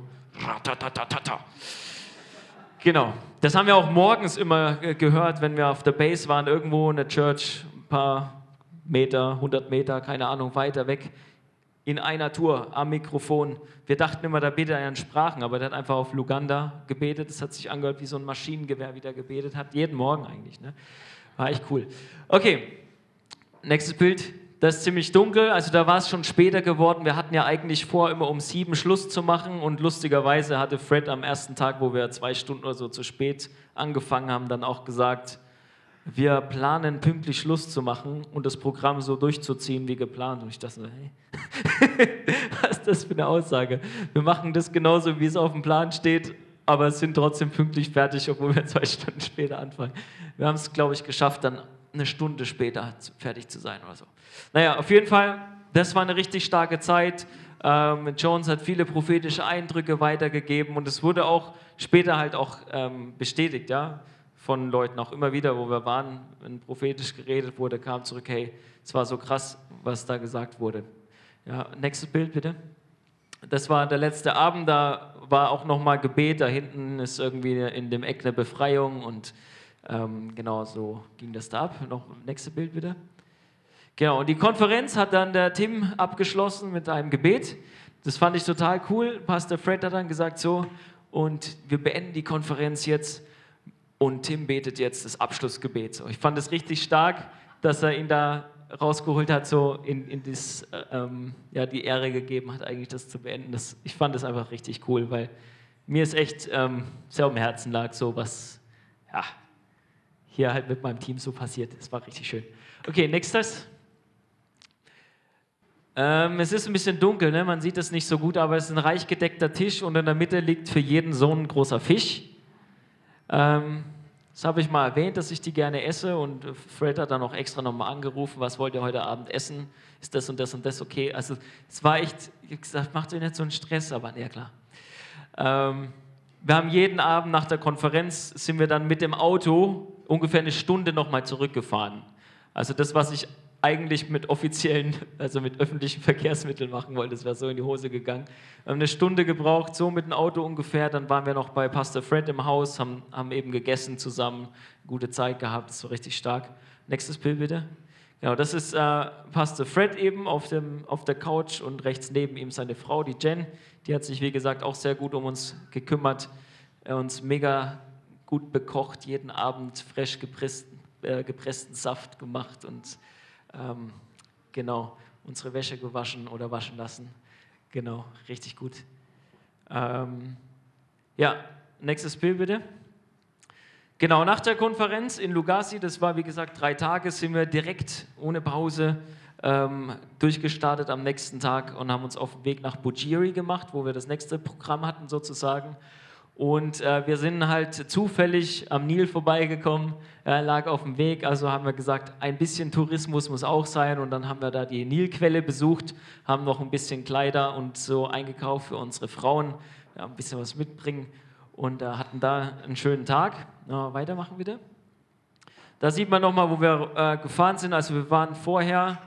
S1: Genau. Das haben wir auch morgens immer gehört, wenn wir auf der Base waren, irgendwo in der Church, ein paar Meter, 100 Meter, keine Ahnung, weiter weg, in einer Tour am Mikrofon. Wir dachten immer, da betet er in Sprachen, aber der hat einfach auf Luganda gebetet. Das hat sich angehört, wie so ein Maschinengewehr wieder gebetet hat. Jeden Morgen eigentlich. Ne? War echt cool. Okay, nächstes Bild. Das ist ziemlich dunkel, also da war es schon später geworden. Wir hatten ja eigentlich vor, immer um 7 Schluss zu machen und lustigerweise hatte Fred am ersten Tag, wo wir 2 Stunden oder so zu spät angefangen haben, dann auch gesagt, wir planen pünktlich Schluss zu machen und das Programm so durchzuziehen wie geplant. Und ich dachte so, hey, was ist das für eine Aussage? Wir machen das genauso, wie es auf dem Plan steht, aber sind trotzdem pünktlich fertig, obwohl wir 2 Stunden später anfangen. Wir haben es, glaube ich, geschafft, dann eine Stunde später fertig zu sein oder so. Naja, auf jeden Fall, das war eine richtig starke Zeit. Jones hat viele prophetische Eindrücke weitergegeben und es wurde auch später halt auch bestätigt, ja, von Leuten auch immer wieder, wo wir waren, wenn prophetisch geredet wurde, kam zurück, hey, es war so krass, was da gesagt wurde. Ja, nächstes Bild bitte. Das war der letzte Abend, da war auch nochmal Gebet, da hinten ist irgendwie in dem Eck eine Befreiung und genau so ging das da ab. Noch nächste Bild bitte. Genau, und die Konferenz hat dann der Tim abgeschlossen mit einem Gebet. Das fand ich total cool. Pastor Fred hat dann gesagt, so, und wir beenden die Konferenz jetzt und Tim betet jetzt das Abschlussgebet. So, ich fand es richtig stark, dass er ihn da rausgeholt hat, so in das, ja, die Ehre gegeben hat, eigentlich das zu beenden. Ich fand das einfach richtig cool, weil mir es echt sehr am Herzen lag, so was, ja, hier halt mit meinem Team so passiert. Das war richtig schön. Okay, nächstes. Es ist ein bisschen dunkel, ne? Man sieht es nicht so gut, aber es ist ein reich gedeckter Tisch und in der Mitte liegt für jeden so ein großer Fisch. Das habe ich mal erwähnt, dass ich die gerne esse und Fred hat dann auch extra nochmal angerufen, was wollt ihr heute Abend essen? Ist das und das okay? Also es war echt, ich habe gesagt, macht euch nicht so einen Stress, aber ja klar. Wir haben jeden Abend nach der Konferenz, sind wir dann mit dem Auto ungefähr eine Stunde nochmal zurückgefahren. Also das, was ich eigentlich mit offiziellen, also mit öffentlichen Verkehrsmitteln machen wollte, das wäre so in die Hose gegangen. Wir haben eine Stunde gebraucht, so mit dem Auto ungefähr, dann waren wir noch bei Pastor Fred im Haus, haben eben gegessen zusammen, gute Zeit gehabt, das war richtig stark. Nächstes Bild bitte. Genau, das ist Pastor Fred eben auf der Couch und rechts neben ihm seine Frau, die Jen, die hat sich wie gesagt auch sehr gut um uns gekümmert, uns mega gut bekocht, jeden Abend frisch gepressten Saft gemacht und genau, unsere Wäsche gewaschen oder waschen lassen. Genau, richtig gut. Ja, nächstes Bild bitte. Genau, nach der Konferenz in Lugazi, das war wie gesagt 3 Tage, sind wir direkt ohne Pause durchgestartet am nächsten Tag und haben uns auf den Weg nach Bujiri gemacht, wo wir das nächste Programm hatten sozusagen. Und wir sind halt zufällig am Nil vorbeigekommen, lag auf dem Weg, also haben wir gesagt, ein bisschen Tourismus muss auch sein und dann haben wir da die Nilquelle besucht, haben noch ein bisschen Kleider und so eingekauft für unsere Frauen, ja, ein bisschen was mitbringen und hatten da einen schönen Tag. Weitermachen bitte. Da sieht man nochmal, wo wir gefahren sind, also wir waren vorher,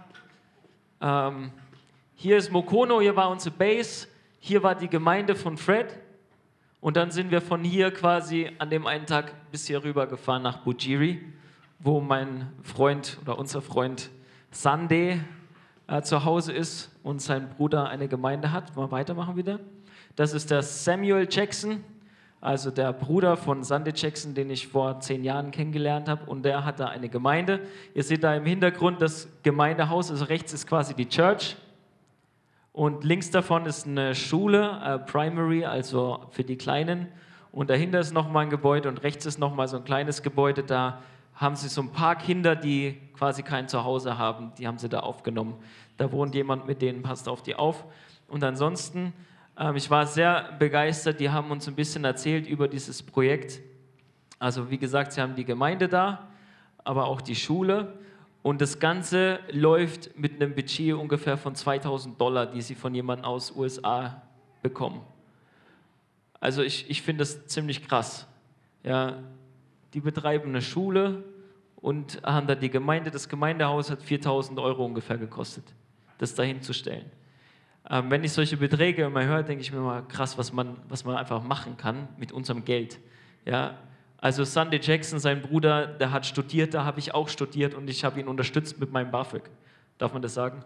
S1: hier ist Mokono, hier war unsere Base, hier war die Gemeinde von Fred. Und dann sind wir von hier quasi an dem einen Tag bis hier rüber gefahren nach Bujiri, wo mein Freund oder unser Freund Sunday zu Hause ist und sein Bruder eine Gemeinde hat. Mal weitermachen wieder. Das ist der Samuel Jackson, also der Bruder von Sunday Jackson, den ich vor 10 Jahren kennengelernt habe. Und der hat da eine Gemeinde. Ihr seht da im Hintergrund das Gemeindehaus, also rechts ist quasi die Church. Und links davon ist eine Schule, Primary, also für die Kleinen. Und dahinter ist nochmal ein Gebäude und rechts ist nochmal so ein kleines Gebäude. Da haben sie so ein paar Kinder, die quasi kein Zuhause haben. Die haben sie da aufgenommen. Da wohnt jemand mit denen, passt auf die auf. Und ansonsten, ich war sehr begeistert. Die haben uns ein bisschen erzählt über dieses Projekt. Also wie gesagt, sie haben die Gemeinde da, aber auch die Schule. Und das Ganze läuft mit einem Budget ungefähr von $2.000, die sie von jemandem aus USA bekommen. Also ich finde das ziemlich krass. Ja, die betreiben eine Schule und haben da die Gemeinde. Das Gemeindehaus hat 4.000 € ungefähr gekostet, das dahin zu stellen. Wenn ich solche Beträge immer höre, denke ich mir mal, krass, was man einfach machen kann mit unserem Geld. Ja, also Sunday Jackson, sein Bruder, der hat studiert, da habe ich auch studiert und ich habe ihn unterstützt mit meinem BAföG. Darf man das sagen?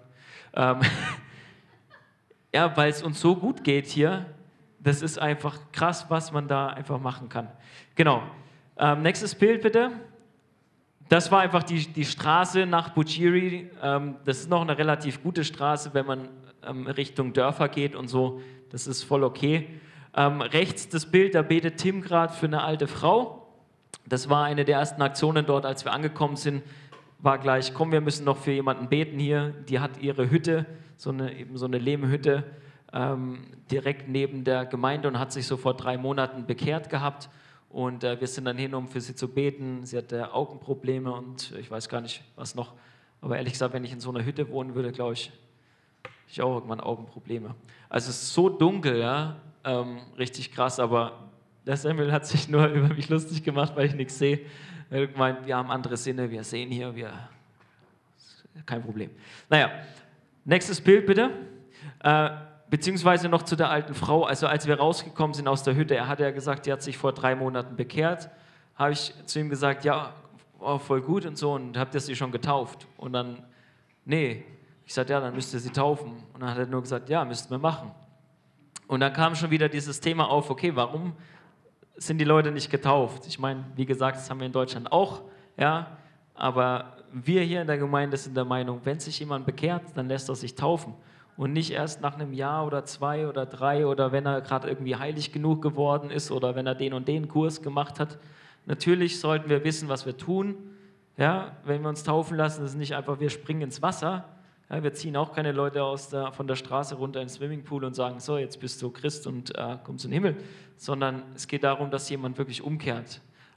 S1: Ja, weil es uns so gut geht hier, das ist einfach krass, was man da einfach machen kann. Genau. Nächstes Bild bitte. Das war einfach die Straße nach Bujiri. Das ist noch eine relativ gute Straße, wenn man Richtung Dörfer geht und so. Das ist voll okay. Rechts das Bild, da betet Tim gerade für eine alte Frau. Das war eine der ersten Aktionen dort, als wir angekommen sind. War gleich, komm, wir müssen noch für jemanden beten hier. Die hat ihre Hütte, eben so eine Lehmhütte, direkt neben der Gemeinde und hat sich so vor 3 Monaten bekehrt gehabt. Und wir sind dann hin, um für sie zu beten. Sie hatte Augenprobleme und ich weiß gar nicht, was noch. Aber ehrlich gesagt, wenn ich in so einer Hütte wohnen würde, glaube ich, ich auch irgendwann Augenprobleme. Also es ist so dunkel, ja, richtig krass, aber der Samuel hat sich nur über mich lustig gemacht, weil ich nichts sehe. Er hat gemeint, wir haben andere Sinne, wir sehen hier, kein Problem. Naja, nächstes Bild bitte. Beziehungsweise noch zu der alten Frau. Also als wir rausgekommen sind aus der Hütte, er hat ja gesagt, die hat sich vor 3 Monaten bekehrt, habe ich zu ihm gesagt, ja, oh, voll gut und so, und habt ihr sie schon getauft? Und dann, nee. Ich sagte, ja, dann müsst ihr sie taufen. Und dann hat er nur gesagt, ja, müssten wir machen. Und dann kam schon wieder dieses Thema auf, okay, warum sind die Leute nicht getauft? Ich meine, wie gesagt, das haben wir in Deutschland auch, ja, aber wir hier in der Gemeinde sind der Meinung, wenn sich jemand bekehrt, dann lässt er sich taufen. Und nicht erst nach einem Jahr oder 2 oder 3 oder wenn er gerade irgendwie heilig genug geworden ist oder wenn er den und den Kurs gemacht hat. Natürlich sollten wir wissen, was wir tun. Ja, wenn wir uns taufen lassen, ist es nicht einfach, wir springen ins Wasser. Ja, wir ziehen auch keine Leute von der Straße runter ins Swimmingpool und sagen, so, jetzt bist du Christ und kommst in den Himmel. Sondern es geht darum, dass jemand wirklich umkehrt.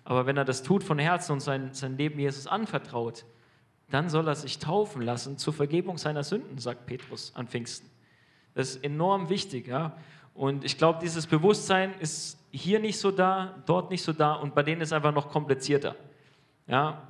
S1: Aber wenn er das tut von Herzen und sein Leben Jesus anvertraut, dann soll er sich taufen lassen zur Vergebung seiner Sünden, sagt Petrus an Pfingsten. Das ist enorm wichtig. Ja? Und ich glaube, dieses Bewusstsein ist hier nicht so da, dort nicht so da und bei denen ist es einfach noch komplizierter. Ja?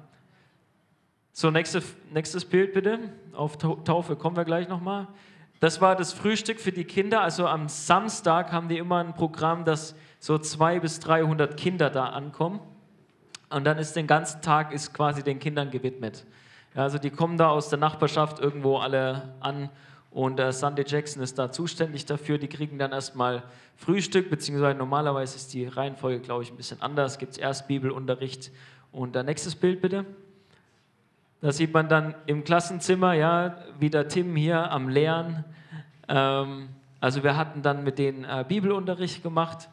S1: So, nächstes Bild bitte. Auf Taufe kommen wir gleich nochmal. Das war das Frühstück für die Kinder. Also am Samstag haben die immer ein Programm, dass so 200 bis 300 Kinder da ankommen. Und dann ist den ganzen Tag ist quasi den Kindern gewidmet. Ja, also die kommen da aus der Nachbarschaft irgendwo alle an und Sandy Jackson ist da zuständig dafür. Die kriegen dann erstmal Frühstück, beziehungsweise normalerweise ist die Reihenfolge, glaube ich, ein bisschen anders. Gibt es erst Bibelunterricht und nächstes Bild bitte. Da sieht man dann im Klassenzimmer, ja, wieder Tim hier am Lehren. Also wir hatten dann mit denen Bibelunterricht gemacht,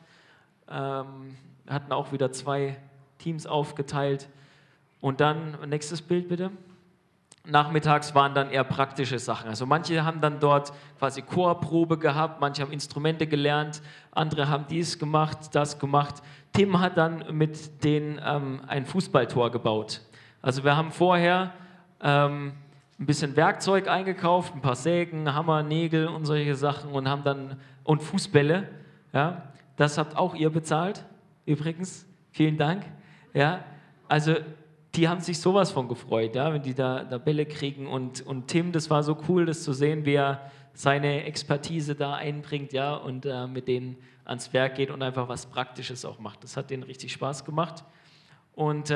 S1: hatten auch wieder 2 Teams aufgeteilt. Und dann, nächstes Bild bitte. Nachmittags waren dann eher praktische Sachen. Also manche haben dann dort quasi Chorprobe gehabt, manche haben Instrumente gelernt, andere haben dies gemacht, das gemacht. Tim hat dann mit denen ein Fußballtor gebaut. Also wir haben vorher ein bisschen Werkzeug eingekauft, ein paar Sägen, Hammer, Nägel und solche Sachen und Fußbälle. Ja, das habt auch ihr bezahlt, übrigens. Vielen Dank. Ja, also die haben sich sowas von gefreut, ja, wenn die da Bälle kriegen und Tim, das war so cool, das zu sehen, wie er seine Expertise da einbringt, ja, und mit denen ans Werk geht und einfach was Praktisches auch macht. Das hat denen richtig Spaß gemacht. Und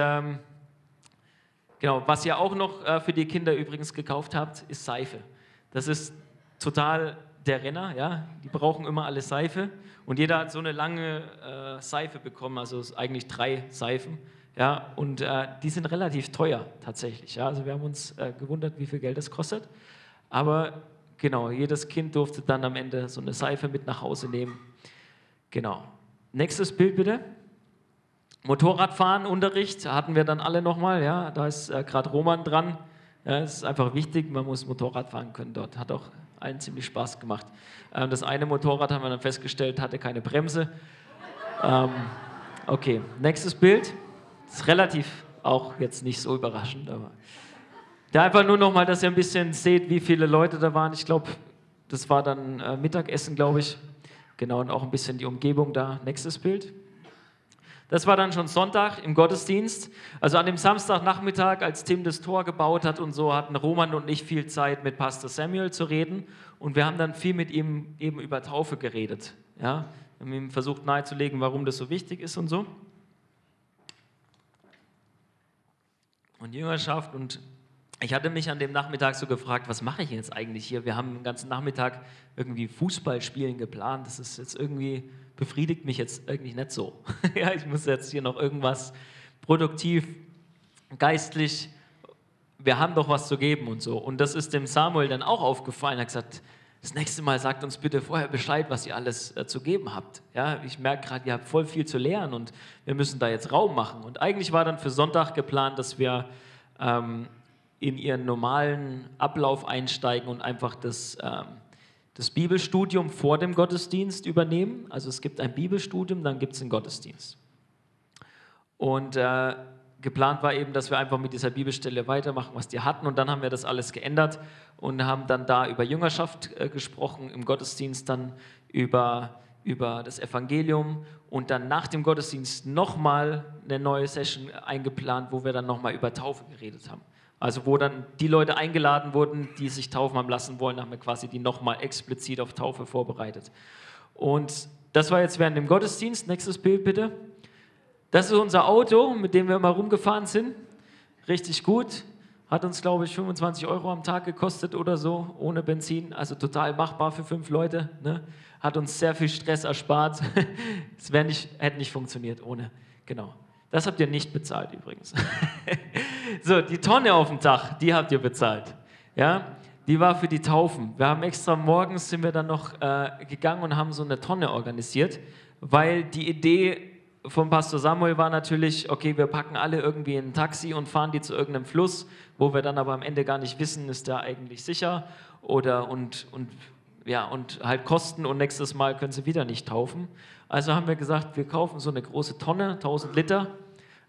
S1: genau, was ihr auch noch für die Kinder übrigens gekauft habt, ist Seife. Das ist total der Renner, ja, die brauchen immer alle Seife und jeder hat so eine lange Seife bekommen, also eigentlich 3 Seifen. Ja, und die sind relativ teuer tatsächlich. Ja. Also wir haben uns gewundert, wie viel Geld das kostet. Aber genau, jedes Kind durfte dann am Ende so eine Seife mit nach Hause nehmen. Genau. Nächstes Bild bitte. Motorradfahren, Unterricht hatten wir dann alle nochmal. Ja. Da ist gerade Roman dran. Ja, es ist einfach wichtig, man muss Motorrad fahren können dort. Hat auch allen ziemlich Spaß gemacht. Das eine Motorrad haben wir dann festgestellt, hatte keine Bremse. Okay, nächstes Bild. Das ist relativ auch jetzt nicht so überraschend, aber da einfach nur nochmal, dass ihr ein bisschen seht, wie viele Leute da waren. Ich glaube, das war dann Mittagessen, glaube ich. Genau, und auch ein bisschen die Umgebung da. Nächstes Bild. Das war dann schon Sonntag im Gottesdienst. Also an dem Samstagnachmittag, als Tim das Tor gebaut hat und so, hatten Roman und ich viel Zeit, mit Pastor Samuel zu reden. Und wir haben dann viel mit ihm eben über Taufe geredet. Ja? Wir haben ihm versucht nahezulegen, warum das so wichtig ist und so. Und Jüngerschaft und ich hatte mich an dem Nachmittag so gefragt, was mache ich jetzt eigentlich hier? Wir haben den ganzen Nachmittag irgendwie Fußballspielen geplant, das ist jetzt irgendwie, befriedigt mich jetzt irgendwie nicht so. Ja, ich muss jetzt hier noch irgendwas produktiv, geistlich, wir haben doch was zu geben und so. Und das ist dem Samuel dann auch aufgefallen, er hat gesagt, das nächste Mal sagt uns bitte vorher Bescheid, was ihr alles zu geben habt. Ja, ich merke gerade, ihr habt voll viel zu lernen und wir müssen da jetzt Raum machen. Und eigentlich war dann für Sonntag geplant, dass wir in ihren normalen Ablauf einsteigen und einfach das Bibelstudium vor dem Gottesdienst übernehmen. Also es gibt ein Bibelstudium, dann gibt es einen Gottesdienst. Und geplant war eben, dass wir einfach mit dieser Bibelstelle weitermachen, was die hatten. Und dann haben wir das alles geändert und haben dann da über Jüngerschaft gesprochen, im Gottesdienst dann über das Evangelium und dann nach dem Gottesdienst nochmal eine neue Session eingeplant, wo wir dann nochmal über Taufe geredet haben. Also wo dann die Leute eingeladen wurden, die sich taufen haben lassen wollen, haben wir quasi die nochmal explizit auf Taufe vorbereitet. Und das war jetzt während dem Gottesdienst. Nächstes Bild bitte. Das ist unser Auto, mit dem wir immer rumgefahren sind. Richtig gut. Hat uns, glaube ich, 25 € am Tag gekostet oder so, ohne Benzin. Also total machbar für 5 Leute. Ne? Hat uns sehr viel Stress erspart. Es hätte nicht funktioniert ohne. Genau. Das habt ihr nicht bezahlt übrigens. So, die Tonne auf dem Dach, die habt ihr bezahlt. Ja? Die war für die Taufen. Wir haben extra morgens sind wir dann noch gegangen und haben so eine Tonne organisiert, weil die Idee von Pastor Samuel war natürlich, okay, wir packen alle irgendwie in ein Taxi und fahren die zu irgendeinem Fluss, wo wir dann aber am Ende gar nicht wissen, ist der eigentlich sicher oder und halt Kosten und nächstes Mal können sie wieder nicht taufen. Also haben wir gesagt, wir kaufen so eine große Tonne, 1000 Liter,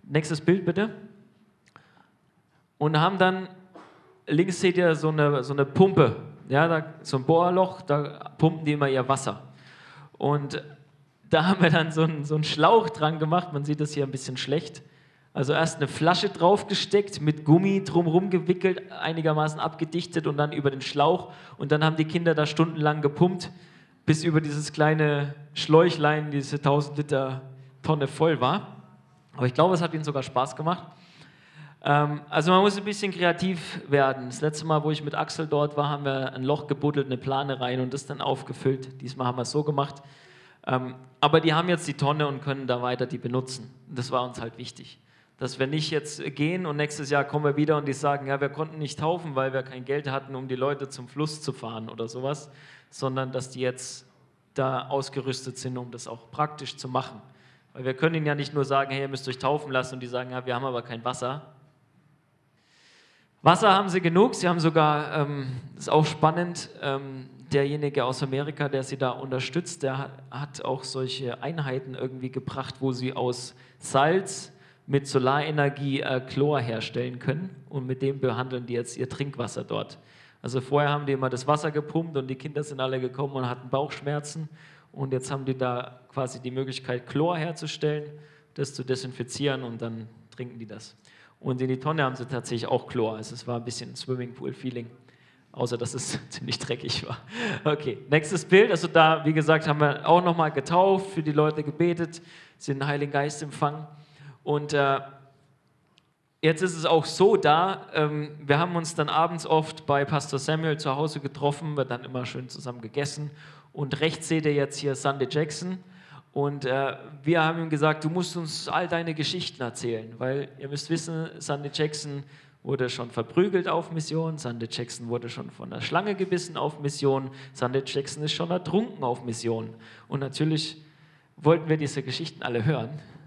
S1: Nächstes Bild bitte. Und haben dann, links seht ihr so eine Pumpe, ja, so ein Bohrloch, da pumpen die immer ihr Wasser. Und da haben wir dann so einen Schlauch dran gemacht, man sieht das hier ein bisschen schlecht. Also erst eine Flasche draufgesteckt, mit Gummi drumherum gewickelt, einigermaßen abgedichtet und dann über den Schlauch. Und dann haben die Kinder da stundenlang gepumpt, bis über dieses kleine Schläuchlein diese 1000 Liter Tonne voll war. Aber ich glaube, es hat ihnen sogar Spaß gemacht. Also man muss ein bisschen kreativ werden. Das letzte Mal, wo ich mit Axel dort war, haben wir ein Loch gebuddelt, eine Plane rein und das dann aufgefüllt. Diesmal haben wir es so gemacht. Aber die haben jetzt die Tonne und können da weiter die benutzen. Das war uns halt wichtig. Dass wir nicht jetzt gehen und nächstes Jahr kommen wir wieder und die sagen, ja, wir konnten nicht taufen, weil wir kein Geld hatten, um die Leute zum Fluss zu fahren oder sowas, sondern dass die jetzt da ausgerüstet sind, um das auch praktisch zu machen. Weil wir können ihnen ja nicht nur sagen, hey, ihr müsst euch taufen lassen und die sagen, ja, wir haben aber kein Wasser. Wasser haben sie genug, sie haben sogar, das ist auch spannend, derjenige aus Amerika, der sie da unterstützt, der hat auch solche Einheiten irgendwie gebracht, wo sie aus Salz mit Solarenergie Chlor herstellen können und mit dem behandeln die jetzt ihr Trinkwasser dort. Also vorher haben die immer das Wasser gepumpt und die Kinder sind alle gekommen und hatten Bauchschmerzen und jetzt haben die da quasi die Möglichkeit, Chlor herzustellen, das zu desinfizieren und dann trinken die das. Und in die Tonne haben sie tatsächlich auch Chlor, also es war ein bisschen Swimmingpool-Feeling, außer dass es ziemlich dreckig war. Okay, nächstes Bild, also da, wie gesagt, haben wir auch nochmal getauft, für die Leute gebetet, sie den Heiligen Geist empfangen. Und jetzt ist es auch so da, wir haben uns dann abends oft bei Pastor Samuel zu Hause getroffen, wird dann immer schön zusammen gegessen und rechts seht ihr jetzt hier Sandy Jackson und wir haben ihm gesagt, du musst uns all deine Geschichten erzählen, weil ihr müsst wissen, Sandy Jackson wurde schon verprügelt auf Mission, Sandy Jackson wurde schon von der Schlange gebissen auf Mission, Sandy Jackson ist schon ertrunken auf Mission und natürlich wollten wir diese Geschichten alle hören.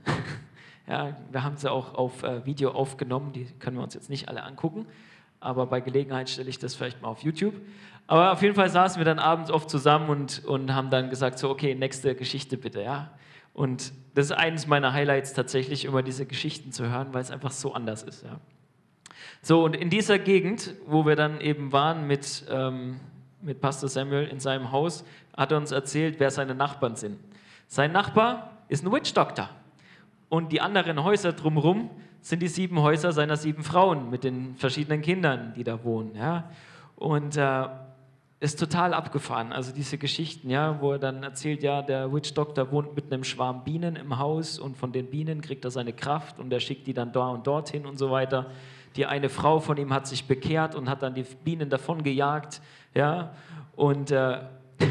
S1: Ja, wir haben sie auch auf Video aufgenommen, die können wir uns jetzt nicht alle angucken, aber bei Gelegenheit stelle ich das vielleicht mal auf YouTube. Aber auf jeden Fall saßen wir dann abends oft zusammen und haben dann gesagt, so okay, nächste Geschichte bitte, ja. Und das ist eines meiner Highlights tatsächlich, immer diese Geschichten zu hören, weil es einfach so anders ist, ja. So, und in dieser Gegend, wo wir dann eben waren mit Pastor Samuel in seinem Haus, hat er uns erzählt, wer seine Nachbarn sind. Sein Nachbar ist ein Witch Doctor. Und die anderen Häuser drumherum sind die 7 Häuser seiner 7 Frauen mit den verschiedenen Kindern, die da wohnen. Ja? Und ist total abgefahren. Also diese Geschichten, ja, wo er dann erzählt, ja, der Witch Doctor wohnt mit einem Schwarm Bienen im Haus und von den Bienen kriegt er seine Kraft und er schickt die dann da und dorthin und so weiter. Die eine Frau von ihm hat sich bekehrt und hat dann die Bienen davon gejagt. Ja? Und der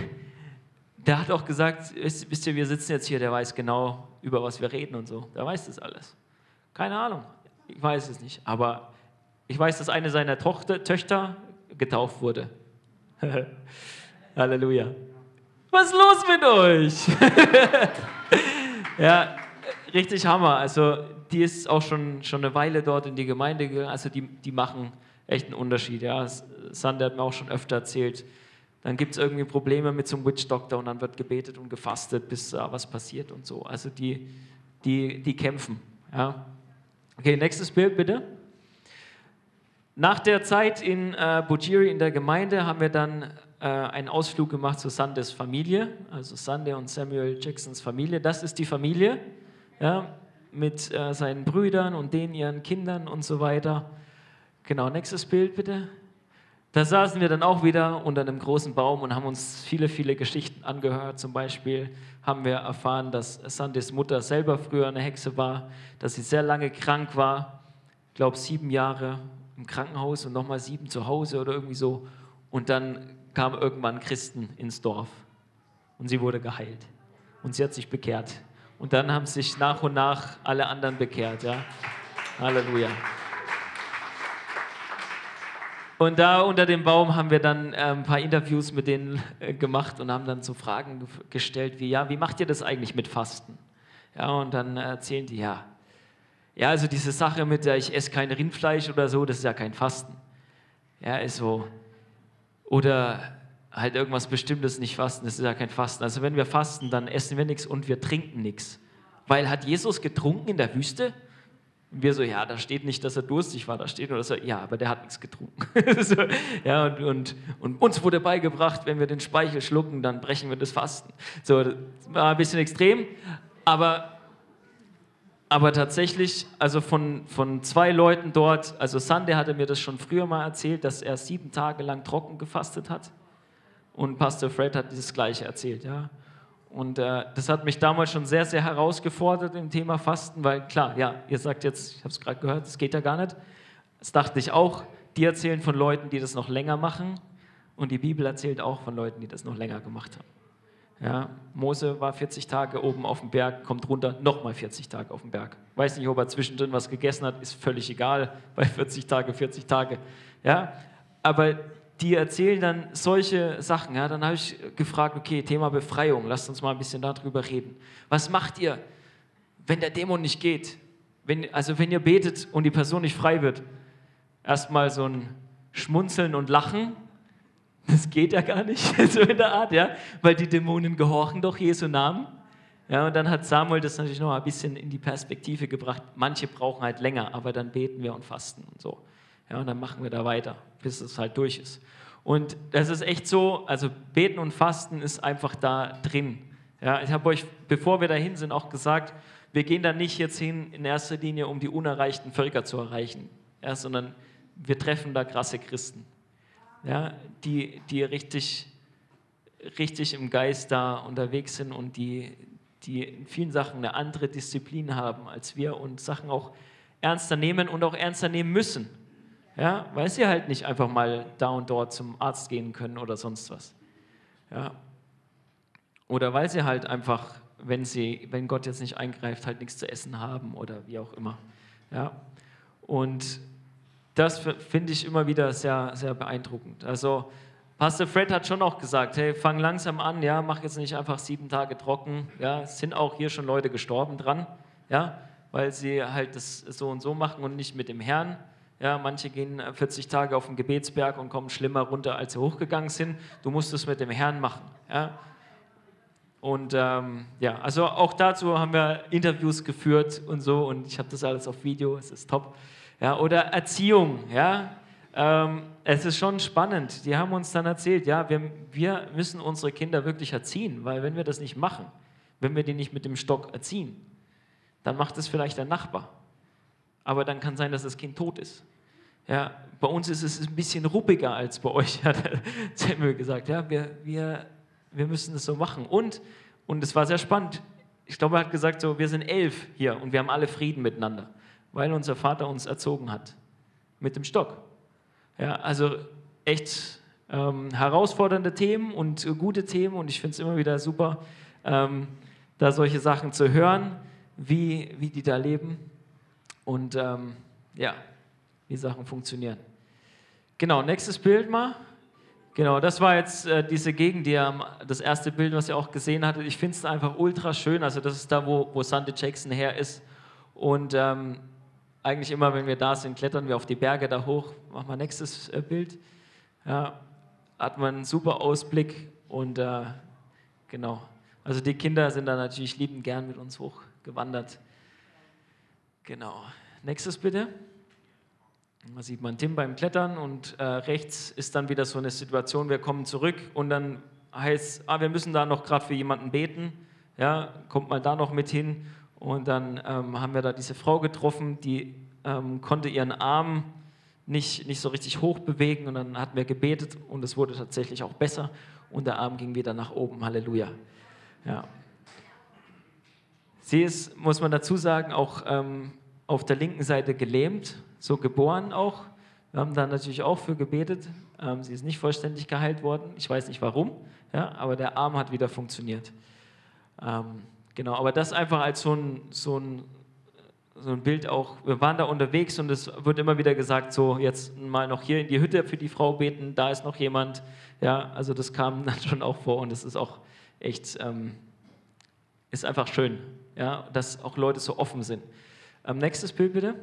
S1: hat auch gesagt, wisst ihr, wir sitzen jetzt hier, der weiß genau, über was wir reden und so. Der weiß das alles. Keine Ahnung, ich weiß es nicht. Aber ich weiß, dass eine seiner Töchter getauft wurde. Halleluja. Was ist los mit euch? Ja, richtig Hammer. Also die ist auch schon eine Weile dort in die Gemeinde gegangen. Also die machen echt einen Unterschied. Ja. Sander hat mir auch schon öfter erzählt, dann gibt es irgendwie Probleme mit so einem Witch Doctor und dann wird gebetet und gefastet, bis was passiert und so. Also die kämpfen. Ja. Okay, nächstes Bild bitte. Nach der Zeit in Bujiri in der Gemeinde haben wir dann einen Ausflug gemacht zu Sanders Familie, also Sandy und Samuel Jacksons Familie. Das ist die Familie, ja, mit seinen Brüdern und denen ihren Kindern und so weiter. Genau, nächstes Bild bitte. Da saßen wir dann auch wieder unter einem großen Baum und haben uns viele, viele Geschichten angehört. Zum Beispiel haben wir erfahren, dass Sandys Mutter selber früher eine Hexe war, dass sie sehr lange krank war, ich glaube 7 Jahre im Krankenhaus und nochmal 7 zu Hause oder irgendwie so. Und dann kamen irgendwann Christen ins Dorf und sie wurde geheilt und sie hat sich bekehrt. Und dann haben sich nach und nach alle anderen bekehrt. Ja? Halleluja. Und da unter dem Baum haben wir dann ein paar Interviews mit denen gemacht und haben dann so Fragen gestellt wie, ja, wie macht ihr das eigentlich mit Fasten? Ja, und dann erzählen die, ja, also diese Sache mit, ja, ich esse kein Rindfleisch oder so, das ist ja kein Fasten. Ja, ist so. Oder halt irgendwas Bestimmtes nicht fasten, das ist ja kein Fasten. Also wenn wir fasten, dann essen wir nichts und wir trinken nichts. Weil hat Jesus getrunken in der Wüste? Und wir so, ja, da steht nicht, dass er durstig war, da steht nur, dass er, ja, aber der hat nichts getrunken. So, ja, und uns wurde beigebracht, wenn wir den Speichel schlucken, dann brechen wir das Fasten. So, das war ein bisschen extrem, aber tatsächlich, also von 2 Leuten dort, also Sunday hatte mir das schon früher mal erzählt, dass er 7 Tage lang trocken gefastet hat. Und Pastor Fred hat das Gleiche erzählt, ja. Und das hat mich damals schon sehr, sehr herausgefordert im Thema Fasten, weil klar, ja, ihr sagt jetzt, ich habe es gerade gehört, das geht ja gar nicht. Das dachte ich auch. Die erzählen von Leuten, die das noch länger machen. Und die Bibel erzählt auch von Leuten, die das noch länger gemacht haben. Ja, Mose war 40 Tage oben auf dem Berg, kommt runter, nochmal 40 Tage auf dem Berg. Weiß nicht, ob er zwischendrin was gegessen hat, ist völlig egal, bei 40 Tage. Ja, aber die erzählen dann solche Sachen. Ja, dann habe ich gefragt, okay, Thema Befreiung, lasst uns mal ein bisschen darüber reden. Was macht ihr, wenn der Dämon nicht geht? Wenn ihr betet und die Person nicht frei wird, erstmal so ein Schmunzeln und Lachen. Das geht ja gar nicht, so in der Art, ja, weil die Dämonen gehorchen doch Jesu Namen. Ja, und dann hat Samuel das natürlich noch ein bisschen in die Perspektive gebracht. Manche brauchen halt länger, aber dann beten wir und fasten und so. Ja, und dann machen wir da weiter, bis es halt durch ist. Und das ist echt so, also beten und fasten ist einfach da drin. Ja, ich habe euch, bevor wir dahin sind, auch gesagt, wir gehen da nicht jetzt hin in erster Linie, um die unerreichten Völker zu erreichen, ja, sondern wir treffen da krasse Christen. Ja, die richtig im Geist da unterwegs sind und die in vielen Sachen eine andere Disziplin haben als wir und Sachen auch ernster nehmen und auch ernster nehmen müssen. Ja, weil sie halt nicht einfach mal da und dort zum Arzt gehen können oder sonst was. Ja. Oder weil sie halt einfach, wenn Gott jetzt nicht eingreift, halt nichts zu essen haben oder wie auch immer. Ja. Und das finde ich immer wieder sehr, sehr beeindruckend. Also Pastor Fred hat schon auch gesagt, hey, fang langsam an, ja, mach jetzt nicht einfach 7 Tage trocken. Ja, es sind auch hier schon Leute gestorben dran, ja, weil sie halt das so und so machen und nicht mit dem Herrn. Ja, manche gehen 40 Tage auf den Gebetsberg und kommen schlimmer runter, als sie hochgegangen sind. Du musst es mit dem Herrn machen. Ja. Und ja, also auch dazu haben wir Interviews geführt und so und ich habe das alles auf Video, es ist top. Ja, oder Erziehung, ja, es ist schon spannend. Die haben uns dann erzählt, ja, wir müssen unsere Kinder wirklich erziehen, weil wenn wir das nicht machen, wenn wir die nicht mit dem Stock erziehen, dann macht es vielleicht der Nachbar. Aber dann kann sein, dass das Kind tot ist. Ja, bei uns ist es ein bisschen ruppiger als bei euch, hat Samuel gesagt. Ja, wir müssen es so machen. Und es war sehr spannend. Ich glaube, er hat gesagt, so, wir sind 11 hier und wir haben alle Frieden miteinander, weil unser Vater uns erzogen hat mit dem Stock. Ja, also echt herausfordernde Themen und gute Themen und ich finde es immer wieder super, da solche Sachen zu hören, wie die da leben und ja, wie Sachen funktionieren. Genau, nächstes Bild mal. Genau, das war jetzt diese Gegend, das erste Bild, was ihr auch gesehen hattet. Ich finde es einfach ultra schön, also das ist da, wo Sunday Jackson her ist und eigentlich immer, wenn wir da sind, klettern wir auf die Berge da hoch. Machen wir nächstes Bild. Ja, hat man einen super Ausblick und genau. Also die Kinder sind da natürlich liebend gern mit uns hochgewandert. Genau. Nächstes bitte. Da sieht man Tim beim Klettern und rechts ist dann wieder so eine Situation, wir kommen zurück und dann heißt, wir müssen da noch gerade für jemanden beten. Ja, kommt mal da noch mit hin. Und dann haben wir da diese Frau getroffen, die konnte ihren Arm nicht so richtig hoch bewegen und dann hatten wir gebetet und es wurde tatsächlich auch besser und der Arm ging wieder nach oben, Halleluja. Ja. Sie ist, muss man dazu sagen, auch auf der linken Seite gelähmt, so geboren auch. Wir haben da natürlich auch für gebetet. Sie ist nicht vollständig geheilt worden, ich weiß nicht warum, ja, aber der Arm hat wieder funktioniert. Genau, aber das einfach als so ein Bild auch, wir waren da unterwegs und es wird immer wieder gesagt, so jetzt mal noch hier in die Hütte für die Frau beten, da ist noch jemand, ja, also das kam dann schon auch vor und es ist auch echt, ist einfach schön, ja, dass auch Leute so offen sind. Nächstes Bild bitte.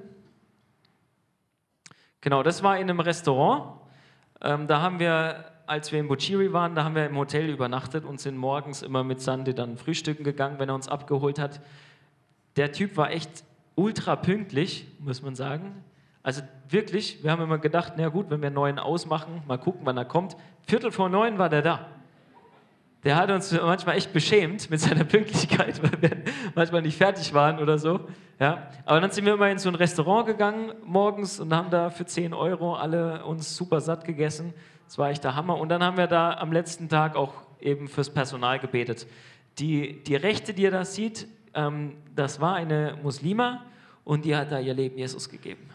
S1: Genau, das war in einem Restaurant, da haben wir, als wir in Bochiri waren, da haben wir im Hotel übernachtet und sind morgens immer mit Sandy dann frühstücken gegangen, wenn er uns abgeholt hat. Der Typ war echt ultra pünktlich, muss man sagen. Also wirklich, wir haben immer gedacht, na gut, wenn wir 9 ausmachen, mal gucken, wann er kommt. 8:45 war der da. Der hat uns manchmal echt beschämt mit seiner Pünktlichkeit, weil wir manchmal nicht fertig waren oder so. Ja. Aber dann sind wir immer in so ein Restaurant gegangen morgens und haben da für 10 € alle uns super satt gegessen. Das war echt der Hammer. Und dann haben wir da am letzten Tag auch eben fürs Personal gebetet. Die Rechte, die ihr da seht, das war eine Muslima und die hat da ihr Leben Jesus gegeben.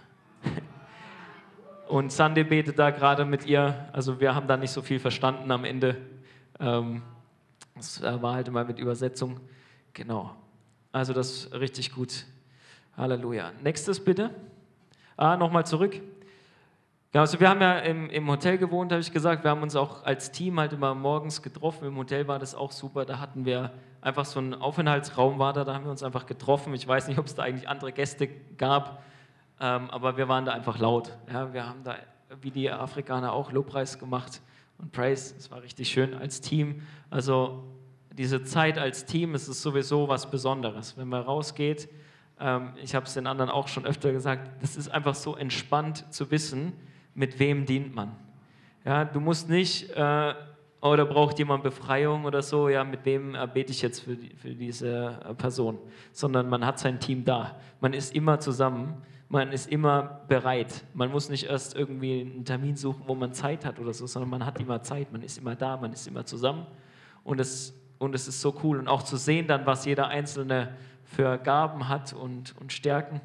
S1: Und Sandy betet da gerade mit ihr. Also wir haben da nicht so viel verstanden am Ende. Das war halt immer mit Übersetzung. Genau. Also das ist richtig gut. Halleluja. Nächstes bitte. Nochmal zurück. Ja, also wir haben ja im Hotel gewohnt, habe ich gesagt. Wir haben uns auch als Team halt immer morgens getroffen. Im Hotel war das auch super. Da hatten wir einfach so einen Aufenthaltsraum, da haben wir uns einfach getroffen. Ich weiß nicht, ob es da eigentlich andere Gäste gab, aber wir waren da einfach laut. Ja, wir haben da, wie die Afrikaner auch, Lobpreis gemacht und Praise. Es war richtig schön als Team. Also diese Zeit als Team, es ist sowieso was Besonderes. Wenn man rausgeht, ich habe es den anderen auch schon öfter gesagt, das ist einfach so entspannt zu wissen, mit wem dient man. Ja, du musst nicht, oder braucht jemand Befreiung oder so, ja, mit wem bete ich jetzt für diese Person, sondern man hat sein Team da. Man ist immer zusammen, man ist immer bereit. Man muss nicht erst irgendwie einen Termin suchen, wo man Zeit hat oder so, sondern man hat immer Zeit, man ist immer da, man ist immer zusammen und es ist so cool. Und auch zu sehen dann, was jeder Einzelne für Gaben hat und Stärken.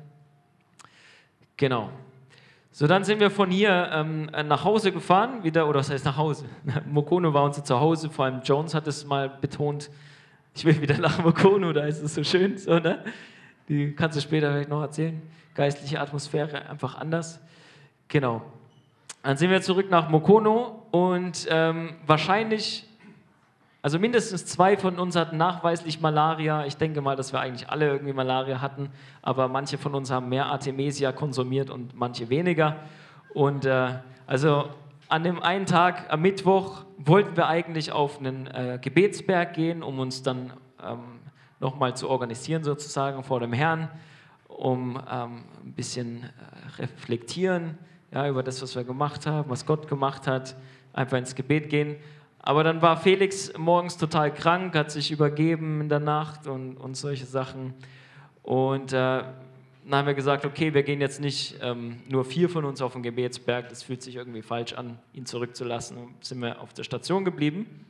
S1: Genau. So, dann sind wir von hier nach Hause gefahren, wieder, oder was heißt nach Hause? Mokono war unser Zuhause, vor allem Jones hat es mal betont, ich will wieder nach Mokono, da ist es so schön, so, ne? Die kannst du später vielleicht noch erzählen. Geistliche Atmosphäre, einfach anders. Genau. Dann sind wir zurück nach Mokono und wahrscheinlich, also mindestens 2 von uns hatten nachweislich Malaria. Ich denke mal, dass wir eigentlich alle irgendwie Malaria hatten, aber manche von uns haben mehr Artemisia konsumiert und manche weniger. Und also an dem einen Tag, am Mittwoch, wollten wir eigentlich auf einen Gebetsberg gehen, um uns dann nochmal zu organisieren sozusagen vor dem Herrn, um ein bisschen reflektieren, ja, über das, was wir gemacht haben, was Gott gemacht hat, einfach ins Gebet gehen. Aber dann war Felix morgens total krank, hat sich übergeben in der Nacht und solche Sachen. Und dann haben wir gesagt, okay, wir gehen jetzt nicht nur 4 von uns auf den Gebetsberg, das fühlt sich irgendwie falsch an, ihn zurückzulassen. Und sind wir auf der Station geblieben.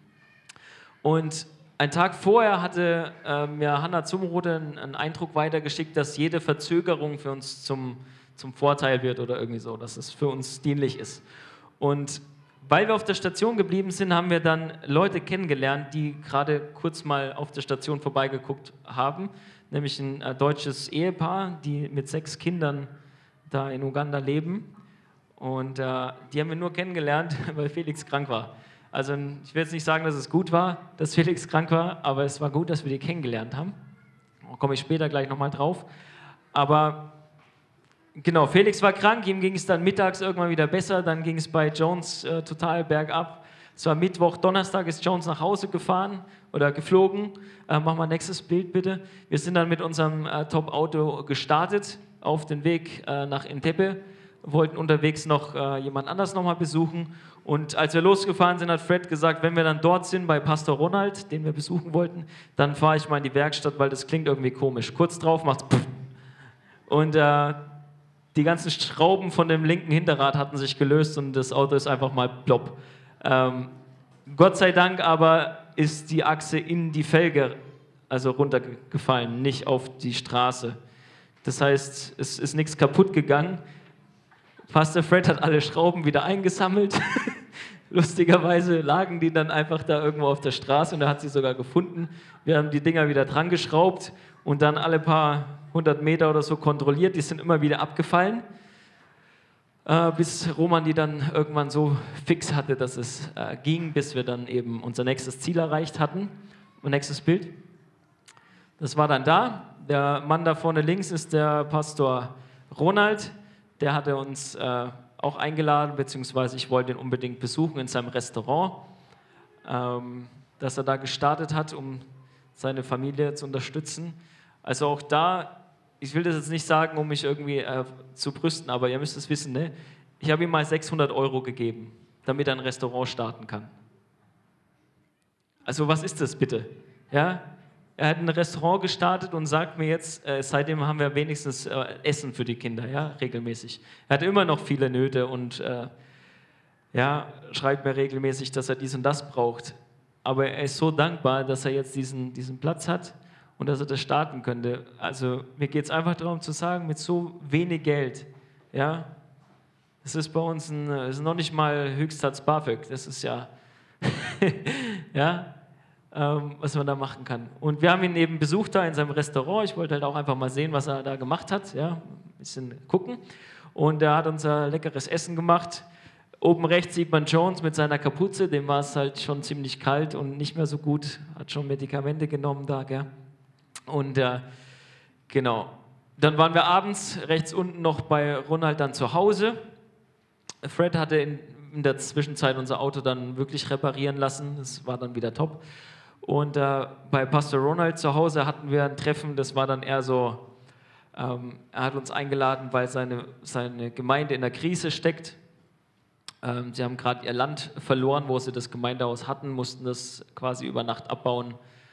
S1: Und einen Tag vorher hatte mir Hannah Zumrode einen Eindruck weitergeschickt, dass jede Verzögerung für uns zum Vorteil wird oder irgendwie so, dass es für uns dienlich ist. Und weil wir auf der Station geblieben sind, haben wir dann Leute kennengelernt, die gerade kurz mal auf der Station vorbeigeguckt haben, nämlich ein deutsches Ehepaar, die mit 6 Kindern da in Uganda leben. Und die haben wir nur kennengelernt, weil Felix krank war. Also ich will jetzt nicht sagen, dass es gut war, dass Felix krank war, aber es war gut, dass wir die kennengelernt haben. Da komme ich später gleich nochmal drauf. Aber genau, Felix war krank, ihm ging es dann mittags irgendwann wieder besser, dann ging es bei Jones total bergab. Es war Mittwoch, Donnerstag ist Jones nach Hause gefahren oder geflogen. Mach mal nächstes Bild bitte. Wir sind dann mit unserem Top-Auto gestartet auf den Weg nach Entebbe, wollten unterwegs noch jemand anders nochmal besuchen. Und als wir losgefahren sind, hat Fred gesagt, wenn wir dann dort sind bei Pastor Ronald, den wir besuchen wollten, dann fahre ich mal in die Werkstatt, weil das klingt irgendwie komisch. Kurz drauf macht's puff. Und die ganzen Schrauben von dem linken Hinterrad hatten sich gelöst und das Auto ist einfach mal plopp. Gott sei Dank aber ist die Achse in die Felge, also runtergefallen, nicht auf die Straße. Das heißt, es ist nichts kaputt gegangen. Pastor Fred hat alle Schrauben wieder eingesammelt. Lustigerweise lagen die dann einfach da irgendwo auf der Straße und er hat sie sogar gefunden. Wir haben die Dinger wieder dran geschraubt und dann alle paar 100 Meter oder so kontrolliert. Die sind immer wieder abgefallen, bis Roman die dann irgendwann so fix hatte, dass es ging, bis wir dann eben unser nächstes Ziel erreicht hatten. Und nächstes Bild. Das war dann da. Der Mann da vorne links ist der Pastor Ronald. Der hatte uns auch eingeladen, beziehungsweise ich wollte ihn unbedingt besuchen in seinem Restaurant, das er da gestartet hat, um seine Familie zu unterstützen. Also auch da ich will das jetzt nicht sagen, um mich irgendwie zu brüsten, aber ihr müsst es wissen, ne? Ich habe ihm mal 600 € gegeben, damit er ein Restaurant starten kann. Also was ist das bitte? Ja? Er hat ein Restaurant gestartet und sagt mir jetzt, seitdem haben wir wenigstens Essen für die Kinder, ja, regelmäßig. Er hat immer noch viele Nöte und ja, schreibt mir regelmäßig, dass er dies und das braucht. Aber er ist so dankbar, dass er jetzt diesen Platz hat und dass er das starten könnte. Also mir geht es einfach darum zu sagen, mit so wenig Geld, ja, das ist bei uns das ist noch nicht mal Höchstsatz BAföG, das ist ja, ja, was man da machen kann. Und wir haben ihn eben besucht da in seinem Restaurant. Ich wollte halt auch einfach mal sehen, was er da gemacht hat, ja, ein bisschen gucken. Und er hat unser leckeres Essen gemacht. Oben rechts sieht man Jones mit seiner Kapuze, dem war es halt schon ziemlich kalt und nicht mehr so gut, hat schon Medikamente genommen da, gell. Und genau, dann waren wir abends rechts unten noch bei Ronald dann zu Hause. Fred hatte in der Zwischenzeit unser Auto dann wirklich reparieren lassen, das war dann wieder top. Und bei Pastor Ronald zu Hause hatten wir ein Treffen, das war dann eher so, er hat uns eingeladen, weil seine Gemeinde in der Krise steckt. Sie haben gerade ihr Land verloren, wo sie das Gemeindehaus hatten, mussten das quasi über Nacht abbauen,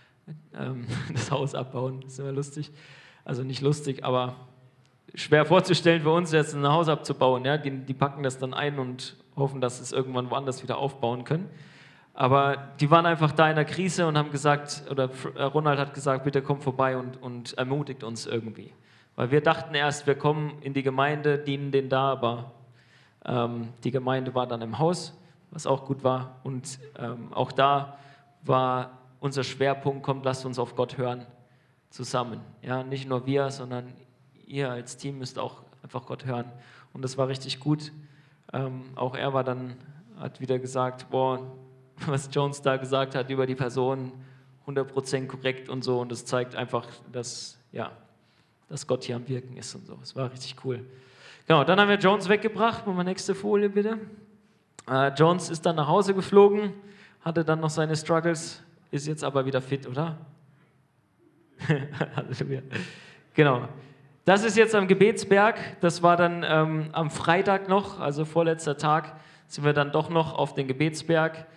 S1: das Haus abbauen, das ist immer lustig. Also nicht lustig, aber schwer vorzustellen für uns, jetzt ein Haus abzubauen. Ja? Die packen das dann ein und hoffen, dass sie es irgendwann woanders wieder aufbauen können. Aber die waren einfach da in der Krise und haben gesagt, oder Ronald hat gesagt, bitte komm vorbei und ermutigt uns irgendwie. Weil wir dachten erst, wir kommen in die Gemeinde, dienen denen da, aber die Gemeinde war dann im Haus, was auch gut war. Und auch da war unser Schwerpunkt, kommt, lasst uns auf Gott hören, zusammen. Ja, nicht nur wir, sondern ihr als Team müsst auch einfach Gott hören. Und das war richtig gut. Auch er hat wieder gesagt, boah, was Jones da gesagt hat über die Person, 100% korrekt und so. Und das zeigt einfach, dass Gott hier am Wirken ist und so. Es war richtig cool. Genau, dann haben wir Jones weggebracht. Machen wir nächste Folie bitte. Jones ist dann nach Hause geflogen, hatte dann noch seine Struggles, ist jetzt aber wieder fit, oder? Halleluja. Genau. Das ist jetzt am Gebetsberg. Das war dann am Freitag noch, also vorletzter Tag, sind wir dann doch noch auf den Gebetsberg.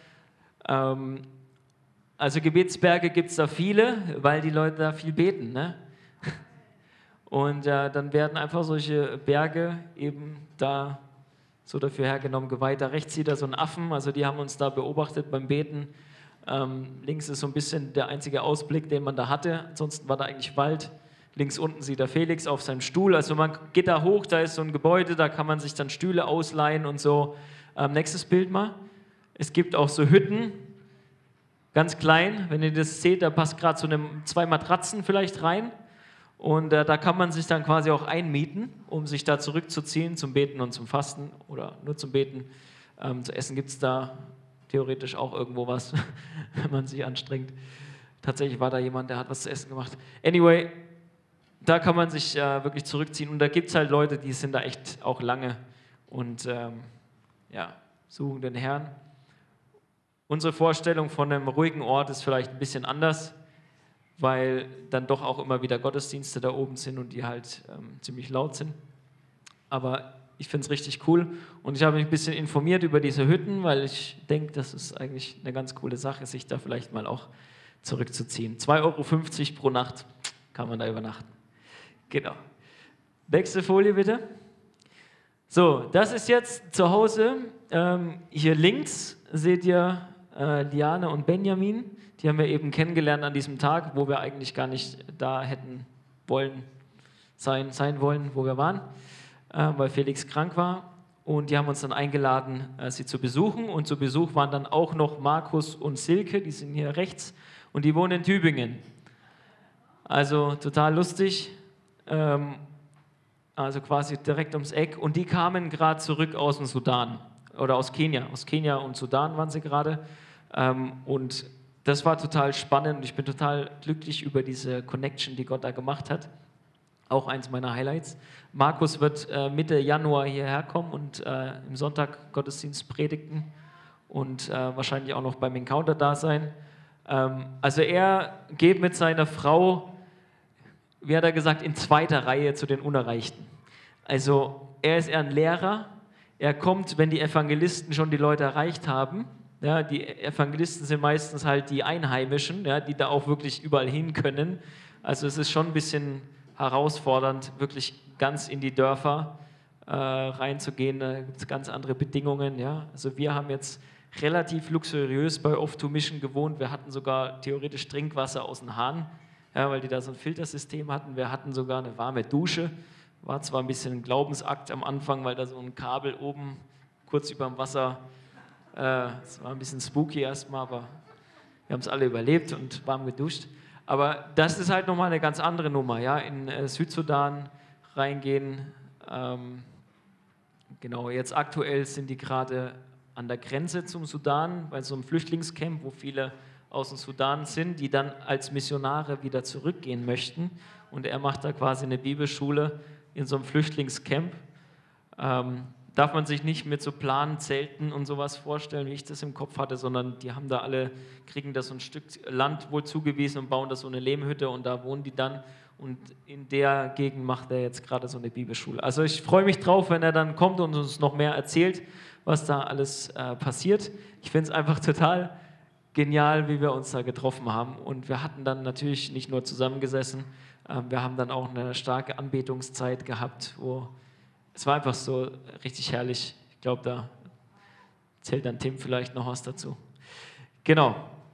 S1: Also Gebetsberge gibt es da viele, weil die Leute da viel beten, ne? Und dann werden einfach solche Berge eben da so dafür hergenommen, geweiht. Da rechts sieht er so einen Affen, also die haben uns da beobachtet beim Beten. Links ist so ein bisschen der einzige Ausblick, den man da hatte. Ansonsten war da eigentlich Wald. Links unten sieht er Felix auf seinem Stuhl. Also man geht da hoch, da ist so ein Gebäude, da kann man sich dann Stühle ausleihen und so. Nächstes Bild mal. Es gibt auch so Hütten, ganz klein. Wenn ihr das seht, da passt gerade so 2 Matratzen vielleicht rein. Und da kann man sich dann quasi auch einmieten, um sich da zurückzuziehen zum Beten und zum Fasten oder nur zum Beten. Zu essen gibt es da theoretisch auch irgendwo was, wenn man sich anstrengt. Tatsächlich war da jemand, der hat was zu essen gemacht. Anyway, da kann man sich wirklich zurückziehen. Und da gibt es halt Leute, die sind da echt auch lange und suchen den Herrn. Unsere Vorstellung von einem ruhigen Ort ist vielleicht ein bisschen anders, weil dann doch auch immer wieder Gottesdienste da oben sind und die halt ziemlich laut sind. Aber ich finde es richtig cool und ich habe mich ein bisschen informiert über diese Hütten, weil ich denke, das ist eigentlich eine ganz coole Sache, sich da vielleicht mal auch zurückzuziehen. 2,50 € pro Nacht kann man da übernachten. Genau. Nächste Folie bitte. So, das ist jetzt zu Hause. Hier links seht ihr Liane und Benjamin. Die haben wir eben kennengelernt an diesem Tag, wo wir eigentlich gar nicht da hätten sein wollen, wo wir waren, weil Felix krank war. Und die haben uns dann eingeladen, sie zu besuchen. Und zu Besuch waren dann auch noch Markus und Silke, die sind hier rechts. Und die wohnen in Tübingen. Also total lustig. Also quasi direkt ums Eck. Und die kamen gerade zurück aus dem Sudan. Oder aus Kenia. Aus Kenia und Sudan waren sie gerade. Und das war total spannend und ich bin total glücklich über diese Connection, die Gott da gemacht hat. Auch eins meiner Highlights. Markus wird Mitte Januar hierher kommen und im Sonntag Gottesdienst predigen und wahrscheinlich auch noch beim Encounter da sein. Also er geht mit seiner Frau wie hat er gesagt, in zweiter Reihe zu den Unerreichten. Also er ist eher ein Lehrer, er kommt, wenn die Evangelisten schon die Leute erreicht haben. Ja, die Evangelisten sind meistens halt die Einheimischen, ja, die da auch wirklich überall hin können. Also es ist schon ein bisschen herausfordernd, wirklich ganz in die Dörfer reinzugehen. Da gibt es ganz andere Bedingungen. Ja. Also wir haben jetzt relativ luxuriös bei Off-to-Mission gewohnt. Wir hatten sogar theoretisch Trinkwasser aus dem Hahn, ja, weil die da so ein Filtersystem hatten. Wir hatten sogar eine warme Dusche. War zwar ein bisschen ein Glaubensakt am Anfang, weil da so ein Kabel oben kurz über dem Wasser, es war ein bisschen spooky erstmal, aber wir haben es alle überlebt und warm geduscht. Aber das ist halt nochmal eine ganz andere Nummer, ja, in Südsudan reingehen. Genau, jetzt aktuell sind die gerade an der Grenze zum Sudan, bei so einem Flüchtlingscamp, wo viele aus dem Sudan sind, die dann als Missionare wieder zurückgehen möchten. Und er macht da quasi eine Bibelschule in so einem Flüchtlingscamp. Darf man sich nicht mit so Planen, Zelten und sowas vorstellen, wie ich das im Kopf hatte, sondern die haben da alle, kriegen da so ein Stück Land wohl zugewiesen und bauen da so eine Lehmhütte und da wohnen die dann. Und in der Gegend macht er jetzt gerade so eine Bibelschule. Also ich freue mich drauf, wenn er dann kommt und uns noch mehr erzählt, was da alles passiert. Ich finde es einfach total genial, wie wir uns da getroffen haben. Und wir hatten dann natürlich nicht nur zusammengesessen, wir haben dann auch eine starke Anbetungszeit gehabt, wo es war einfach so richtig herrlich. Ich glaube, da zählt dann Tim vielleicht noch was dazu. Genau.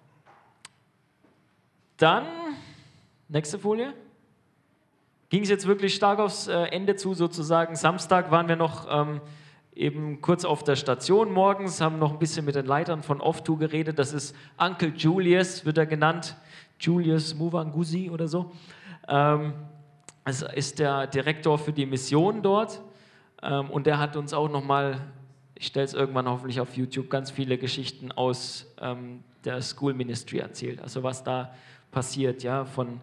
S1: Dann, nächste Folie. Ging es jetzt wirklich stark aufs Ende zu, sozusagen. Samstag waren wir noch eben kurz auf der Station morgens, haben noch ein bisschen mit den Leitern von Off-To geredet. Das ist Uncle Julius, wird er genannt. Julius Muwanguzi oder so. Es ist der Direktor für die Mission dort. Und der hat uns auch nochmal, ich stelle es irgendwann hoffentlich auf YouTube, ganz viele Geschichten aus der School Ministry erzählt. Also was da passiert, ja, von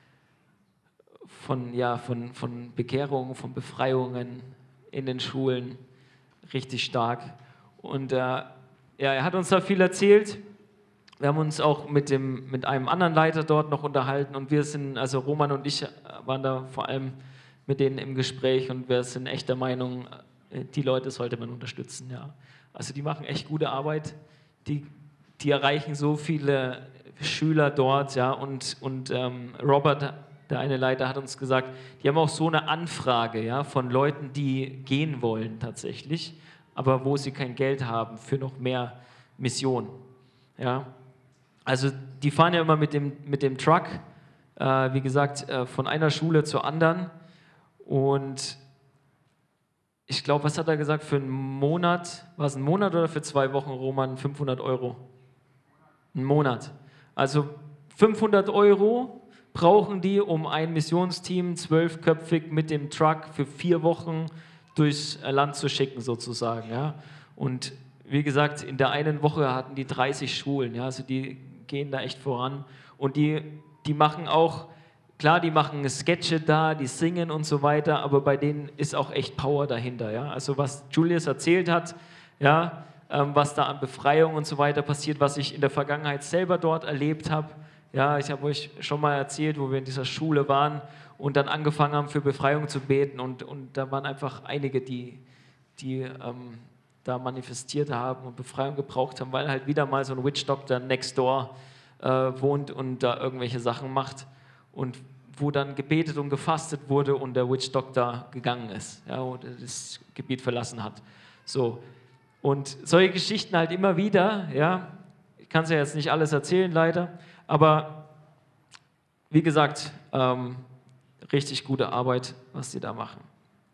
S1: Bekehrungen, von Befreiungen in den Schulen, richtig stark. Und er hat uns da viel erzählt. Wir haben uns auch mit einem anderen Leiter dort noch unterhalten und wir sind, also Roman und ich waren da vor allem mit denen im Gespräch und wir sind echt der Meinung, die Leute sollte man unterstützen. Ja. Also die machen echt gute Arbeit, die erreichen so viele Schüler dort, ja, und Robert, der eine Leiter, hat uns gesagt, die haben auch so eine Anfrage, ja, von Leuten, die gehen wollen tatsächlich, aber wo sie kein Geld haben für noch mehr Mission. Ja. Also die fahren ja immer mit dem Truck, wie gesagt, von einer Schule zur anderen. Und ich glaube, was hat er gesagt, für einen Monat, war es ein Monat oder für 2 Wochen, Roman, 500 €? Ein Monat. Also 500 € brauchen die, um ein Missionsteam, 12-köpfig, mit dem Truck für 4 Wochen durchs Land zu schicken sozusagen. Ja. Und wie gesagt, in der einen Woche hatten die 30 Schulen, ja, also die gehen da echt voran. Und die machen auch, klar, die machen Sketche da, die singen und so weiter, aber bei denen ist auch echt Power dahinter. Ja? Also was Julius erzählt hat, ja, was da an Befreiung und so weiter passiert, was ich in der Vergangenheit selber dort erlebt habe. Ja, ich habe euch schon mal erzählt, wo wir in dieser Schule waren und dann angefangen haben, für Befreiung zu beten. Und da waren einfach einige, die da manifestiert haben und Befreiung gebraucht haben, weil halt wieder mal so ein Witch Doctor next door wohnt und da irgendwelche Sachen macht. Und wo dann gebetet und gefastet wurde und der Witch Doctor gegangen ist, ja, und das Gebiet verlassen hat. So. Und solche Geschichten halt immer wieder, ja, ich kann es ja jetzt nicht alles erzählen, leider, aber wie gesagt, richtig gute Arbeit, was die da machen.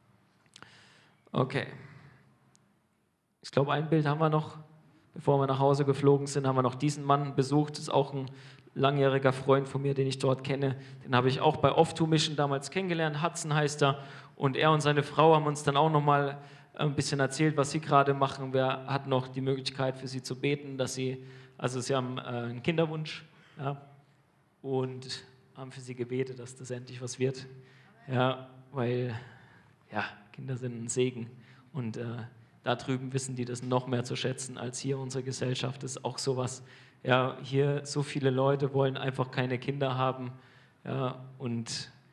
S1: Okay. Ich glaube, ein Bild haben wir noch, bevor wir nach Hause geflogen sind, haben wir noch diesen Mann besucht. Das ist auch ein langjähriger Freund von mir, den ich dort kenne. Den habe ich auch bei Off-To-Mission damals kennengelernt. Hudson heißt er. Und er und seine Frau haben uns dann auch noch mal ein bisschen erzählt, was sie gerade machen. Wir hatten noch die Möglichkeit für sie zu beten, dass sie haben einen Kinderwunsch, ja, und haben für sie gebetet, dass das endlich was wird. Ja, weil ja, Kinder sind ein Segen und da drüben wissen die das noch mehr zu schätzen als hier. Unsere Gesellschaft ist auch sowas. Ja, hier so viele Leute wollen einfach keine Kinder haben, ja, und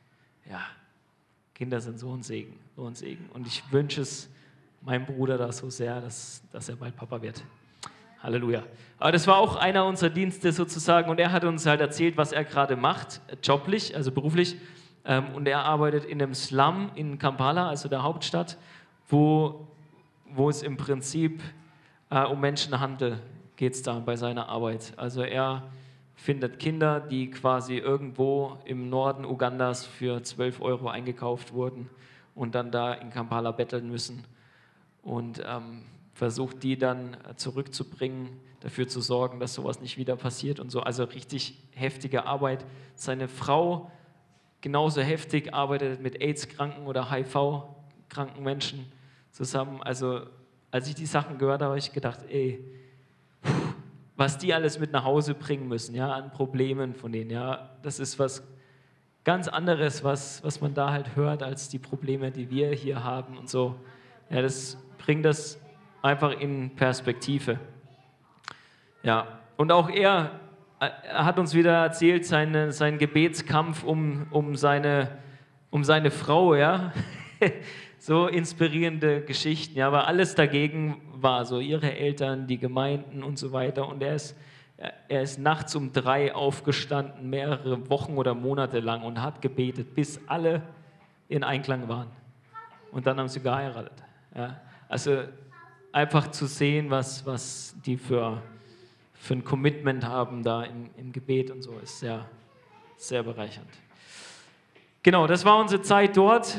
S1: ja, Kinder sind so ein Segen, so ein Segen. Und ich wünsche es meinem Bruder da so sehr, dass er bald Papa wird. Halleluja. Aber das war auch einer unserer Dienste sozusagen und er hat uns halt erzählt, was er gerade macht, joblich, also beruflich. Und er arbeitet in einem Slum in Kampala, also der Hauptstadt, wo es im Prinzip um Menschenhandel geht da bei seiner Arbeit. Also er findet Kinder, die quasi irgendwo im Norden Ugandas für 12 € eingekauft wurden und dann da in Kampala betteln müssen und versucht die dann zurückzubringen, dafür zu sorgen, dass sowas nicht wieder passiert und so. Also richtig heftige Arbeit. Seine Frau genauso heftig arbeitet mit AIDS-Kranken oder HIV-kranken Menschen zusammen. Also als ich die Sachen gehört habe, habe ich gedacht, ey, was die alles mit nach Hause bringen müssen, ja, an Problemen von denen, ja, das ist was ganz anderes, was man da halt hört, als die Probleme, die wir hier haben und so. Ja, das bringt das einfach in Perspektive. Ja, und auch er hat uns wieder erzählt, seinen Gebetskampf um seine Frau, ja, so inspirierende Geschichten, ja, aber alles dagegen war so ihre Eltern, die Gemeinden und so weiter und er ist nachts um 3 aufgestanden, mehrere Wochen oder Monate lang und hat gebetet, bis alle in Einklang waren und dann haben sie geheiratet, ja. Also einfach zu sehen, was die für ein Commitment haben da im Gebet und so, ist sehr, sehr bereichernd. Genau, das war unsere Zeit dort.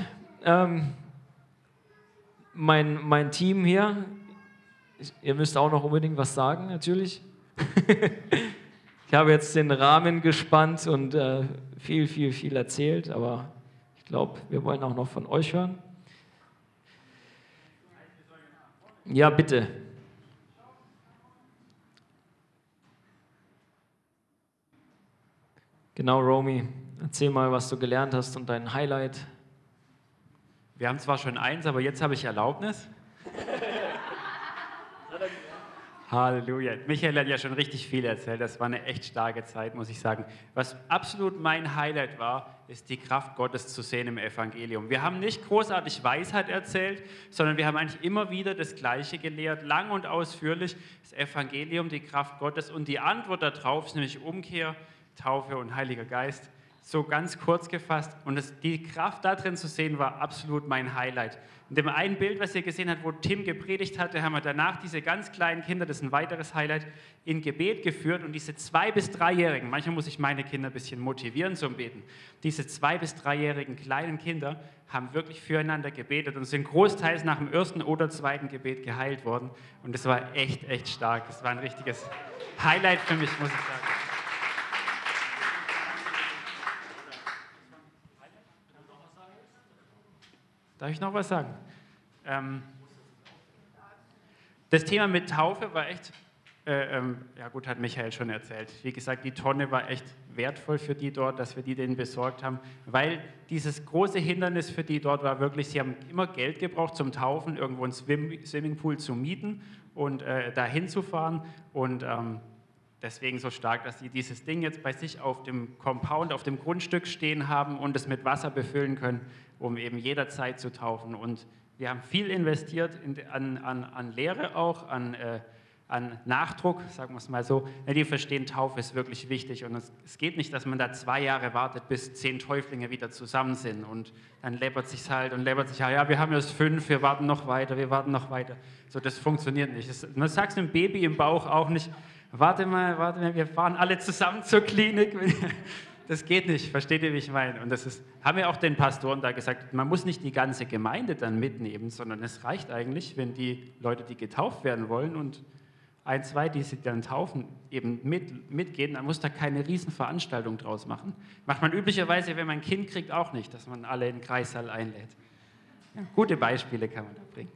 S1: Mein Team hier, ihr müsst auch noch unbedingt was sagen, natürlich. Ich habe jetzt den Rahmen gespannt und viel erzählt, aber ich glaube, wir wollen auch noch von euch hören. Ja, bitte. Genau, Romy, erzähl mal, was du gelernt hast und dein Highlight.
S3: Wir haben zwar schon eins, aber jetzt habe ich Erlaubnis. Halleluja. Michael hat ja schon richtig viel erzählt. Das war eine echt starke Zeit, muss ich sagen. Was absolut mein Highlight war, ist die Kraft Gottes zu sehen im Evangelium. Wir haben nicht großartig Weisheit erzählt, sondern wir haben eigentlich immer wieder das Gleiche gelehrt, lang und ausführlich. Das Evangelium, die Kraft Gottes und die Antwort darauf ist nämlich Umkehr, Taufe und Heiliger Geist. So ganz kurz gefasst. Und die Kraft da drin zu sehen, war absolut mein Highlight. In dem einen Bild, was ihr gesehen habt, wo Tim gepredigt hatte, haben wir danach diese ganz kleinen Kinder, das ist ein weiteres Highlight, in Gebet geführt. Und diese 2- bis 3-Jährigen, manchmal muss ich meine Kinder ein bisschen motivieren zum Beten, diese 2- bis 3-jährigen kleinen Kinder haben wirklich füreinander gebetet und sind großteils nach dem ersten oder zweiten Gebet geheilt worden. Und das war echt, echt stark. Das war ein richtiges Highlight für mich, muss ich sagen. Darf ich noch was sagen? Das Thema mit Taufe war echt, ja gut, hat Michael schon erzählt. Wie gesagt, die Tonne war echt wertvoll für die dort, dass wir die denen besorgt haben, weil dieses große Hindernis für die dort war wirklich, sie haben immer Geld gebraucht zum Taufen, irgendwo einen Swimmingpool zu mieten und dahin zu fahren und deswegen so stark, dass sie dieses Ding jetzt bei sich auf dem Compound, auf dem Grundstück stehen haben und es mit Wasser befüllen können, um eben jederzeit zu taufen. Und wir haben viel investiert an Lehre auch, an Nachdruck, sagen wir es mal so. Die verstehen, Taufe ist wirklich wichtig und es geht nicht, dass man da 2 Jahre wartet, bis 10 Täuflinge wieder zusammen sind und dann läppert sich halt und läppert sich, ja, wir haben erst 5, wir warten noch weiter, wir warten noch weiter. So, das funktioniert nicht. Man sagt es einem Baby im Bauch auch nicht, warte mal, wir fahren alle zusammen zur Klinik. Das geht nicht, versteht ihr, wie ich meine? Und haben wir auch den Pastoren da gesagt, man muss nicht die ganze Gemeinde dann mitnehmen, sondern es reicht eigentlich, wenn die Leute, die getauft werden wollen und 1, 2, die sich dann taufen, eben mitgehen, dann muss da keine Riesenveranstaltung draus machen. Macht man üblicherweise, wenn man ein Kind kriegt, auch nicht, dass man alle in den Kreissaal einlädt. Ja, gute Beispiele kann man da bringen.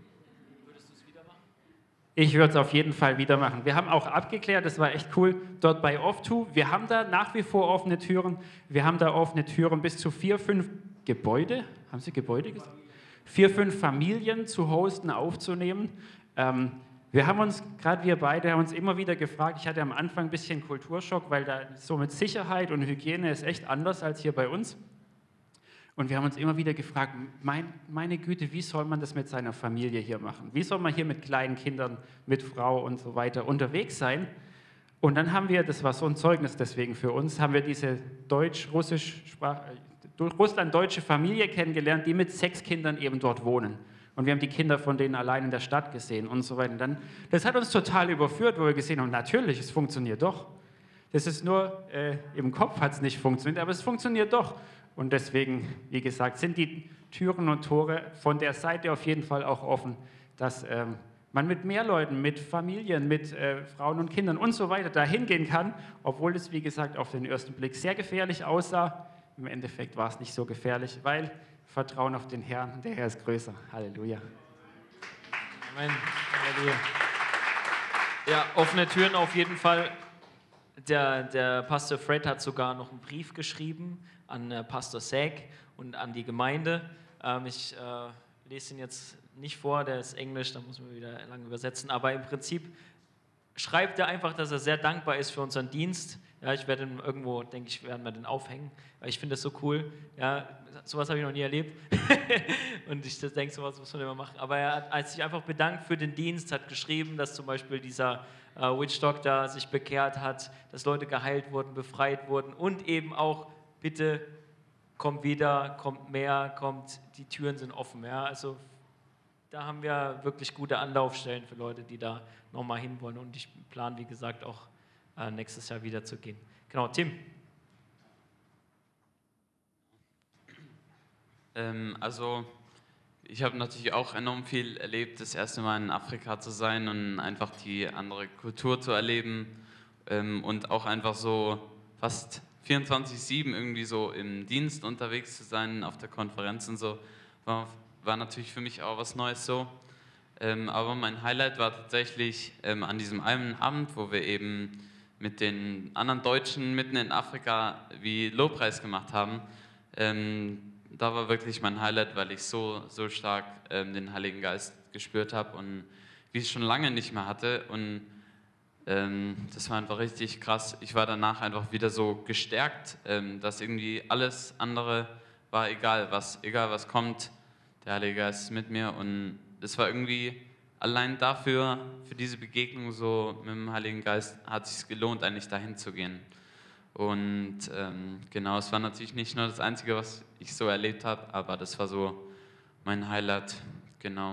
S3: Ich würde es auf jeden Fall wieder machen. Wir haben auch abgeklärt, das war echt cool, dort bei Off2, wir haben da nach wie vor offene Türen. Wir haben da offene Türen bis zu 4, 5 Gebäude, haben Sie Gebäude gesagt? 4, 5 Familien zu hosten, aufzunehmen. Wir haben uns, gerade wir beide, haben uns immer wieder gefragt, ich hatte am Anfang ein bisschen Kulturschock, weil da so mit Sicherheit und Hygiene ist echt anders als hier bei uns. Und wir haben uns immer wieder gefragt, meine Güte, wie soll man das mit seiner Familie hier machen? Wie soll man hier mit kleinen Kindern, mit Frau und so weiter unterwegs sein? Und dann haben wir, das war so ein Zeugnis deswegen für uns, haben wir diese russlanddeutsche Familie kennengelernt, die mit 6 Kindern eben dort wohnen. Und wir haben die Kinder von denen allein in der Stadt gesehen und so weiter. Und dann, das hat uns total überführt, wo wir gesehen haben, natürlich, es funktioniert doch. Das ist nur, im Kopf hat es nicht funktioniert, aber es funktioniert doch. Und deswegen, wie gesagt, sind die Türen und Tore von der Seite auf jeden Fall auch offen, dass man mit mehr Leuten, mit Familien, mit Frauen und Kindern und so weiter dahin gehen kann, obwohl es, wie gesagt, auf den ersten Blick sehr gefährlich aussah. Im Endeffekt war es nicht so gefährlich, weil Vertrauen auf den Herrn, der Herr ist größer. Halleluja.
S1: Amen. Halleluja. Ja, offene Türen auf jeden Fall. Der Pastor Fred hat sogar noch einen Brief geschrieben an Pastor Säck und an die Gemeinde. Ich lese ihn jetzt nicht vor, der ist Englisch, da muss man wieder lange übersetzen, aber im Prinzip schreibt er einfach, dass er sehr dankbar ist für unseren Dienst. Ja, ich werde ihn irgendwo, denke ich, werden wir den aufhängen, weil ich finde das so cool. Ja, sowas habe ich noch nie erlebt. Und ich denke, sowas muss man immer machen. Aber er hat sich einfach bedankt für den Dienst, hat geschrieben, dass zum Beispiel dieser Witch Doctor sich bekehrt hat, dass Leute geheilt wurden, befreit wurden und eben auch, bitte kommt wieder, kommt mehr, kommt, die Türen sind offen. Ja, also da haben wir wirklich gute Anlaufstellen für Leute, die da nochmal hinwollen. Und ich plane, wie gesagt, auch nächstes Jahr wieder zu gehen. Genau, Tim.
S4: Also ich habe natürlich auch enorm viel erlebt, das erste Mal in Afrika zu sein und einfach die andere Kultur zu erleben und auch einfach so fast 24/7 irgendwie so im Dienst unterwegs zu sein, auf der Konferenz und so, war natürlich für mich auch was Neues so. Aber mein Highlight war tatsächlich an diesem einen Abend, wo wir eben mit den anderen Deutschen mitten in Afrika wie Lobpreis gemacht haben. Da war wirklich mein Highlight, weil ich so stark den Heiligen Geist gespürt habe und wie ich es schon lange nicht mehr hatte. Und das war einfach richtig krass. Ich war danach einfach wieder so gestärkt, dass irgendwie alles andere war egal was kommt, der Heilige Geist ist mit mir. Und es war irgendwie allein dafür, für diese Begegnung so mit dem Heiligen Geist, hat es sich gelohnt, eigentlich dahin zu gehen. Und genau, es war natürlich nicht nur das Einzige, was ich so erlebt habe, aber das war so mein Highlight, genau.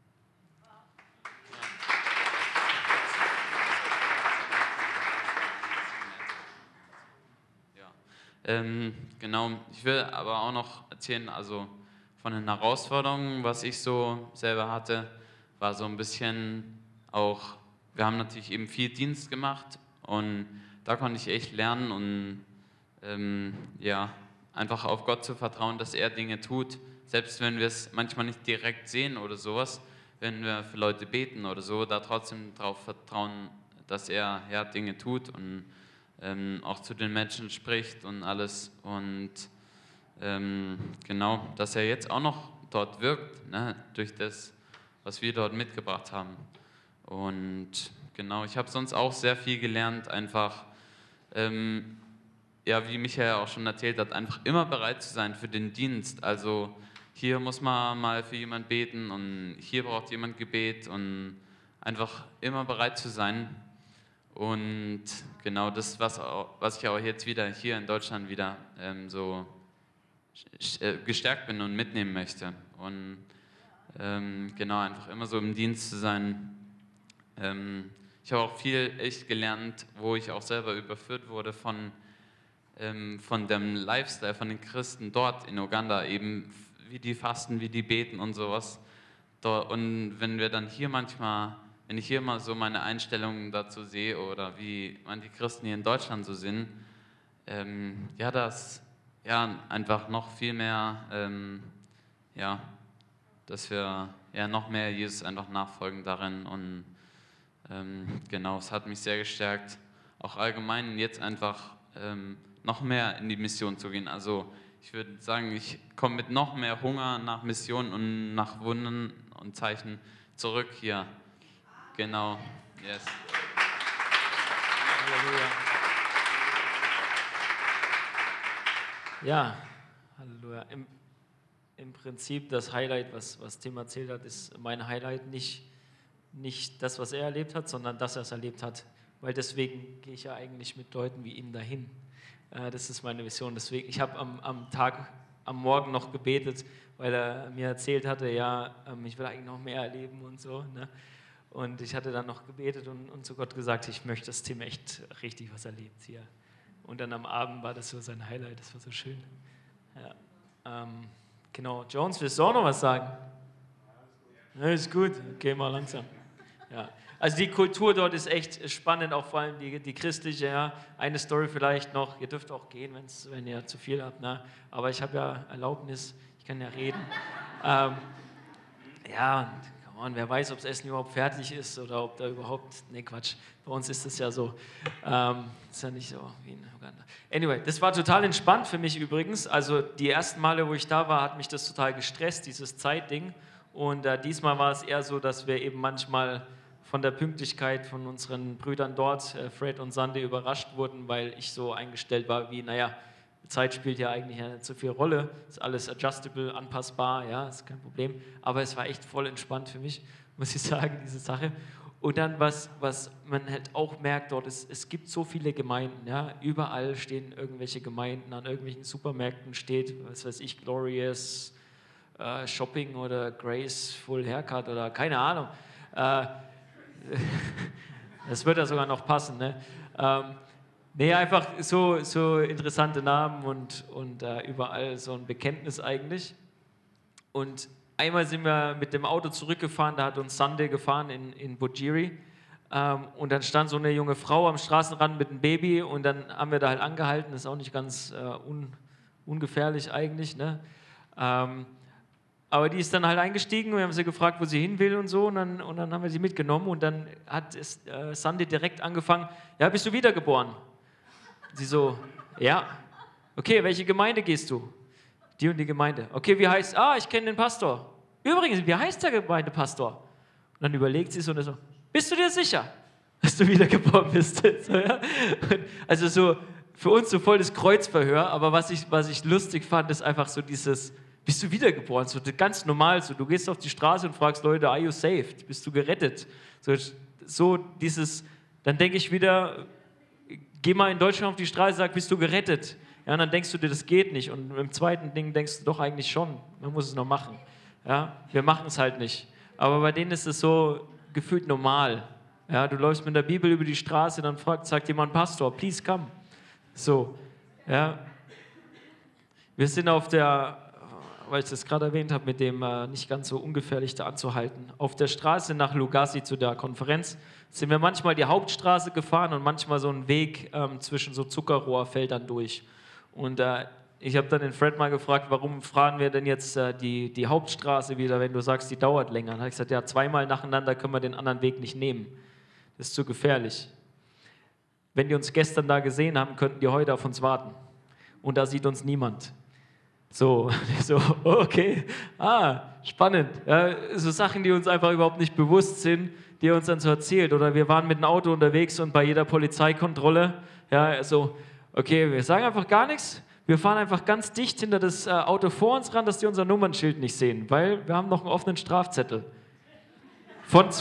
S4: Ja. Genau, ich will aber auch noch erzählen, also von den Herausforderungen, was ich so selber hatte, war so ein bisschen auch, wir haben natürlich eben viel Dienst gemacht und da konnte ich echt lernen und ja, einfach auf Gott zu vertrauen, dass er Dinge tut, selbst wenn wir es manchmal nicht direkt sehen oder sowas, wenn wir für Leute beten oder so, da trotzdem darauf vertrauen, dass er Dinge tut und auch zu den Menschen spricht und alles und genau, dass er jetzt auch noch dort wirkt, ne, durch das, was wir dort mitgebracht haben. Und genau, ich habe sonst auch sehr viel gelernt, einfach, ja, wie Michael auch schon erzählt hat, einfach immer bereit zu sein für den Dienst. Also hier muss man mal für jemanden beten und hier braucht jemand Gebet und einfach immer bereit zu sein. Und genau das, was ich auch jetzt wieder hier in Deutschland wieder so gestärkt bin und mitnehmen möchte. Und genau, einfach immer so im Dienst zu sein. Ich habe auch viel echt gelernt, wo ich auch selber überführt wurde von dem Lifestyle von den Christen dort in Uganda, eben wie die fasten, wie die beten und sowas. Und wenn wir dann hier manchmal, wenn ich hier mal so meine Einstellungen dazu sehe oder wie manche Christen hier in Deutschland so sind, ja, das ja einfach noch viel mehr, ja, dass wir ja noch mehr Jesus einfach nachfolgen darin und genau, es hat mich sehr gestärkt, auch allgemein jetzt einfach noch mehr in die Mission zu gehen. Also ich würde sagen, ich komme mit noch mehr Hunger nach Mission und nach Wundern und Zeichen zurück hier. Genau, yes.
S1: Halleluja. Ja, Halleluja. Prinzip das Highlight, was Tim erzählt hat, ist mein Highlight, nicht das, was er erlebt hat, sondern dass er es erlebt hat. Weil deswegen gehe ich ja eigentlich mit Leuten wie ihm dahin. Das ist meine Vision. Deswegen, ich habe am Morgen noch gebetet, weil er mir erzählt hatte, ja, ich will eigentlich noch mehr erleben und so. Ne? Und ich hatte dann noch gebetet und zu Gott gesagt, ich möchte, dass Tim echt richtig was erlebt hier. Und dann am Abend war das so sein Highlight, das war so schön. Ja. Genau, Jones, willst du auch noch was sagen? Ja, ist gut, okay, mal langsam. Ja. Also die Kultur dort ist echt spannend, auch vor allem die christliche. Ja. Eine Story vielleicht noch, ihr dürft auch gehen, wenn ihr zu viel habt, ne? Aber ich habe ja Erlaubnis, ich kann ja reden. Ja, come on, wer weiß, ob das Essen überhaupt fertig ist oder ob da überhaupt, nee Quatsch, bei uns ist es ja so, ist ja nicht so wie in Uganda. Anyway, das war total entspannt für mich übrigens, also die ersten Male, wo ich da war, hat mich das total gestresst, dieses Zeitding, und diesmal war es eher so, dass wir eben manchmal von der Pünktlichkeit von unseren Brüdern dort, Fred und Sandy, überrascht wurden, weil ich so eingestellt war wie, naja, Zeit spielt ja eigentlich ja nicht so viel Rolle, ist alles adjustable, anpassbar, ja, ist kein Problem, aber es war echt voll entspannt für mich, muss ich sagen, diese Sache. Und dann, was man halt auch merkt dort, ist, es gibt so viele Gemeinden, ja, überall stehen irgendwelche Gemeinden, an irgendwelchen Supermärkten steht, was weiß ich, Glorious Shopping oder Graceful Haircut oder keine Ahnung, das wird ja sogar noch passen, ne? Nee, einfach so interessante Namen und überall so ein Bekenntnis eigentlich. Und einmal sind wir mit dem Auto zurückgefahren, da hat uns Sunday gefahren in Bujiri. Und dann stand so eine junge Frau am Straßenrand mit einem Baby und dann haben wir da halt angehalten, das ist auch nicht ganz ungefährlich eigentlich, ne? Aber die ist dann halt eingestiegen und wir haben sie gefragt, wo sie hin will und so, und dann haben wir sie mitgenommen und dann hat Sunday direkt angefangen, ja, bist du wiedergeboren? Sie so, ja. Okay, welche Gemeinde gehst du? Die und die Gemeinde. Okay, wie heißt, ich kenne den Pastor. Übrigens, wie heißt der Gemeindepastor? Und dann überlegt sie so und so, bist du dir sicher, dass du wiedergeboren bist? So, ja? Also so, für uns so voll das Kreuzverhör, aber was ich lustig fand, ist einfach so dieses, bist du wiedergeboren? So ganz normal, so, du gehst auf die Straße und fragst Leute, are you saved? Bist du gerettet? So dieses, dann denke ich wieder, geh mal in Deutschland auf die Straße und sag, bist du gerettet? Ja, und dann denkst du dir, das geht nicht. Und im zweiten Ding denkst du doch eigentlich schon, man muss es noch machen. Ja, wir machen es halt nicht. Aber bei denen ist es so gefühlt normal. Ja, du läufst mit der Bibel über die Straße, dann sagt jemand, Pastor, please come. So, ja. Wir sind auf der, weil ich das gerade erwähnt habe, mit dem nicht ganz so ungefährlich da anzuhalten, auf der Straße nach Lugassi zu der Konferenz sind wir manchmal die Hauptstraße gefahren und manchmal so einen Weg zwischen so Zuckerrohrfeldern durch. Und ich habe dann den Fred mal gefragt, warum fahren wir denn jetzt die Hauptstraße wieder, wenn du sagst, die dauert länger. Dann habe ich gesagt, ja, zweimal nacheinander können wir den anderen Weg nicht nehmen. Das ist zu gefährlich. Wenn die uns gestern da gesehen haben, könnten die heute auf uns warten. Und da sieht uns niemand. So, okay, spannend. Ja, so Sachen, die uns einfach überhaupt nicht bewusst sind, die er uns dann so erzählt. Oder wir waren mit dem Auto unterwegs und bei jeder Polizeikontrolle, ja, so, okay, wir sagen einfach gar nichts. Wir fahren einfach ganz dicht hinter das Auto vor uns ran, dass die unser Nummernschild nicht sehen, weil wir haben noch einen offenen Strafzettel. Von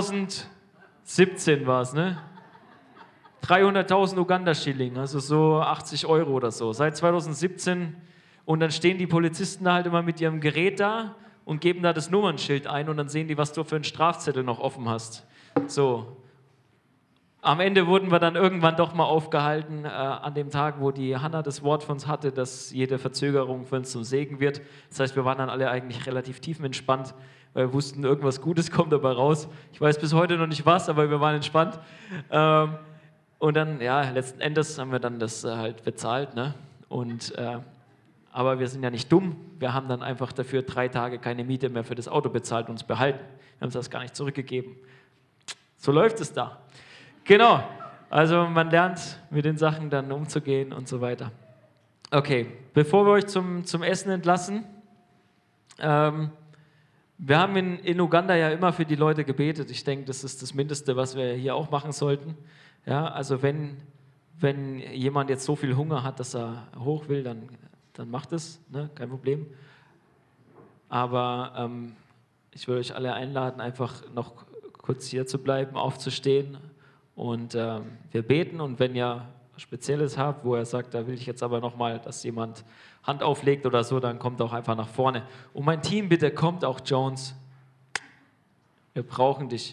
S1: 2017 war es, ne? 300.000 Uganda-Schilling, also so 80 Euro oder so. Seit 2017. Und dann stehen die Polizisten halt immer mit ihrem Gerät da und geben da das Nummernschild ein und dann sehen die, was du für einen Strafzettel noch offen hast. So. Am Ende wurden wir dann irgendwann doch mal aufgehalten, an dem Tag, wo die Hannah das Wort von uns hatte, dass jede Verzögerung für uns zum Segen wird. Das heißt, wir waren dann alle eigentlich relativ tiefenentspannt, weil wir wussten, irgendwas Gutes kommt dabei raus. Ich weiß bis heute noch nicht was, aber wir waren entspannt. Und dann, ja, letzten Endes haben wir dann das halt bezahlt, ne? Und aber wir sind ja nicht dumm. Wir haben dann einfach dafür 3 Tage keine Miete mehr für das Auto bezahlt und uns behalten. Wir haben das gar nicht zurückgegeben. So läuft es da. Genau. Also man lernt mit den Sachen dann umzugehen und so weiter. Okay, bevor wir euch zum Essen entlassen, wir haben in Uganda ja immer für die Leute gebetet. Ich denke, das ist das Mindeste, was wir hier auch machen sollten. Ja, also wenn jemand jetzt so viel Hunger hat, dass er hoch will, dann macht es, ne? Kein Problem. Aber ich will euch alle einladen, einfach noch kurz hier zu bleiben, aufzustehen. Und wir beten. Und wenn ihr was Spezielles habt, wo er sagt, da will ich jetzt aber nochmal, dass jemand Hand auflegt oder so, dann kommt auch einfach nach vorne. Und mein Team, bitte kommt auch, Jones. Wir brauchen dich.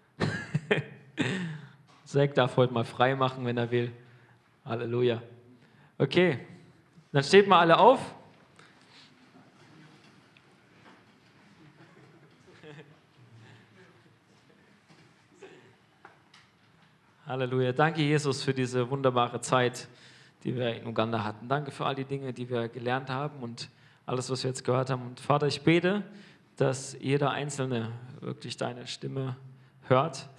S1: Zack darf heute mal frei machen, wenn er will. Halleluja. Okay, dann steht mal alle auf. Halleluja. Danke, Jesus, für diese wunderbare Zeit, die wir in Uganda hatten. Danke für all die Dinge, die wir gelernt haben und alles, was wir jetzt gehört haben. Und Vater, ich bete, dass jeder Einzelne wirklich deine Stimme hört.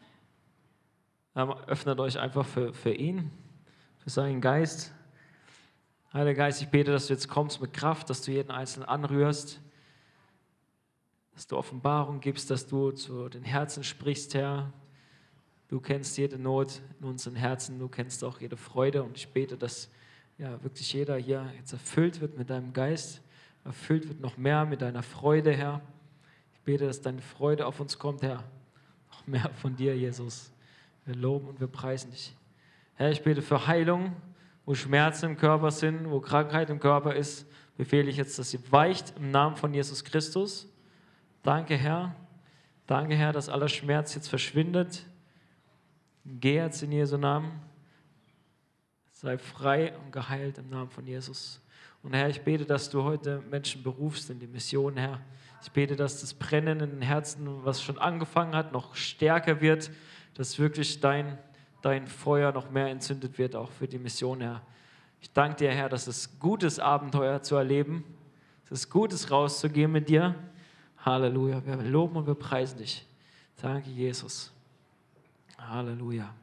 S1: Öffnet euch einfach für ihn, für seinen Geist. Heiliger Geist, ich bete, dass du jetzt kommst mit Kraft, dass du jeden Einzelnen anrührst, dass du Offenbarung gibst, dass du zu den Herzen sprichst, Herr. Du kennst jede Not in unseren Herzen, du kennst auch jede Freude und ich bete, dass ja, wirklich jeder hier jetzt erfüllt wird mit deinem Geist, erfüllt wird noch mehr mit deiner Freude, Herr. Ich bete, dass deine Freude auf uns kommt, Herr. Noch mehr von dir, Jesus. Wir loben und wir preisen dich. Herr, ich bete für Heilung, wo Schmerzen im Körper sind, wo Krankheit im Körper ist, befehle ich jetzt, dass sie weicht im Namen von Jesus Christus. Danke, Herr. Danke, Herr, dass aller Schmerz jetzt verschwindet. Geh jetzt in Jesu Namen. Sei frei und geheilt im Namen von Jesus. Und Herr, ich bete, dass du heute Menschen berufst in die Mission, Herr. Ich bete, dass das Brennen in den Herzen, was schon angefangen hat, noch stärker wird, dass wirklich dein Feuer noch mehr entzündet wird, auch für die Mission, Herr. Ich danke dir, Herr, dass es gut ist, Abenteuer zu erleben. Es ist gut ist, rauszugehen mit dir. Halleluja. Wir loben und wir preisen dich. Danke, Jesus. Halleluja.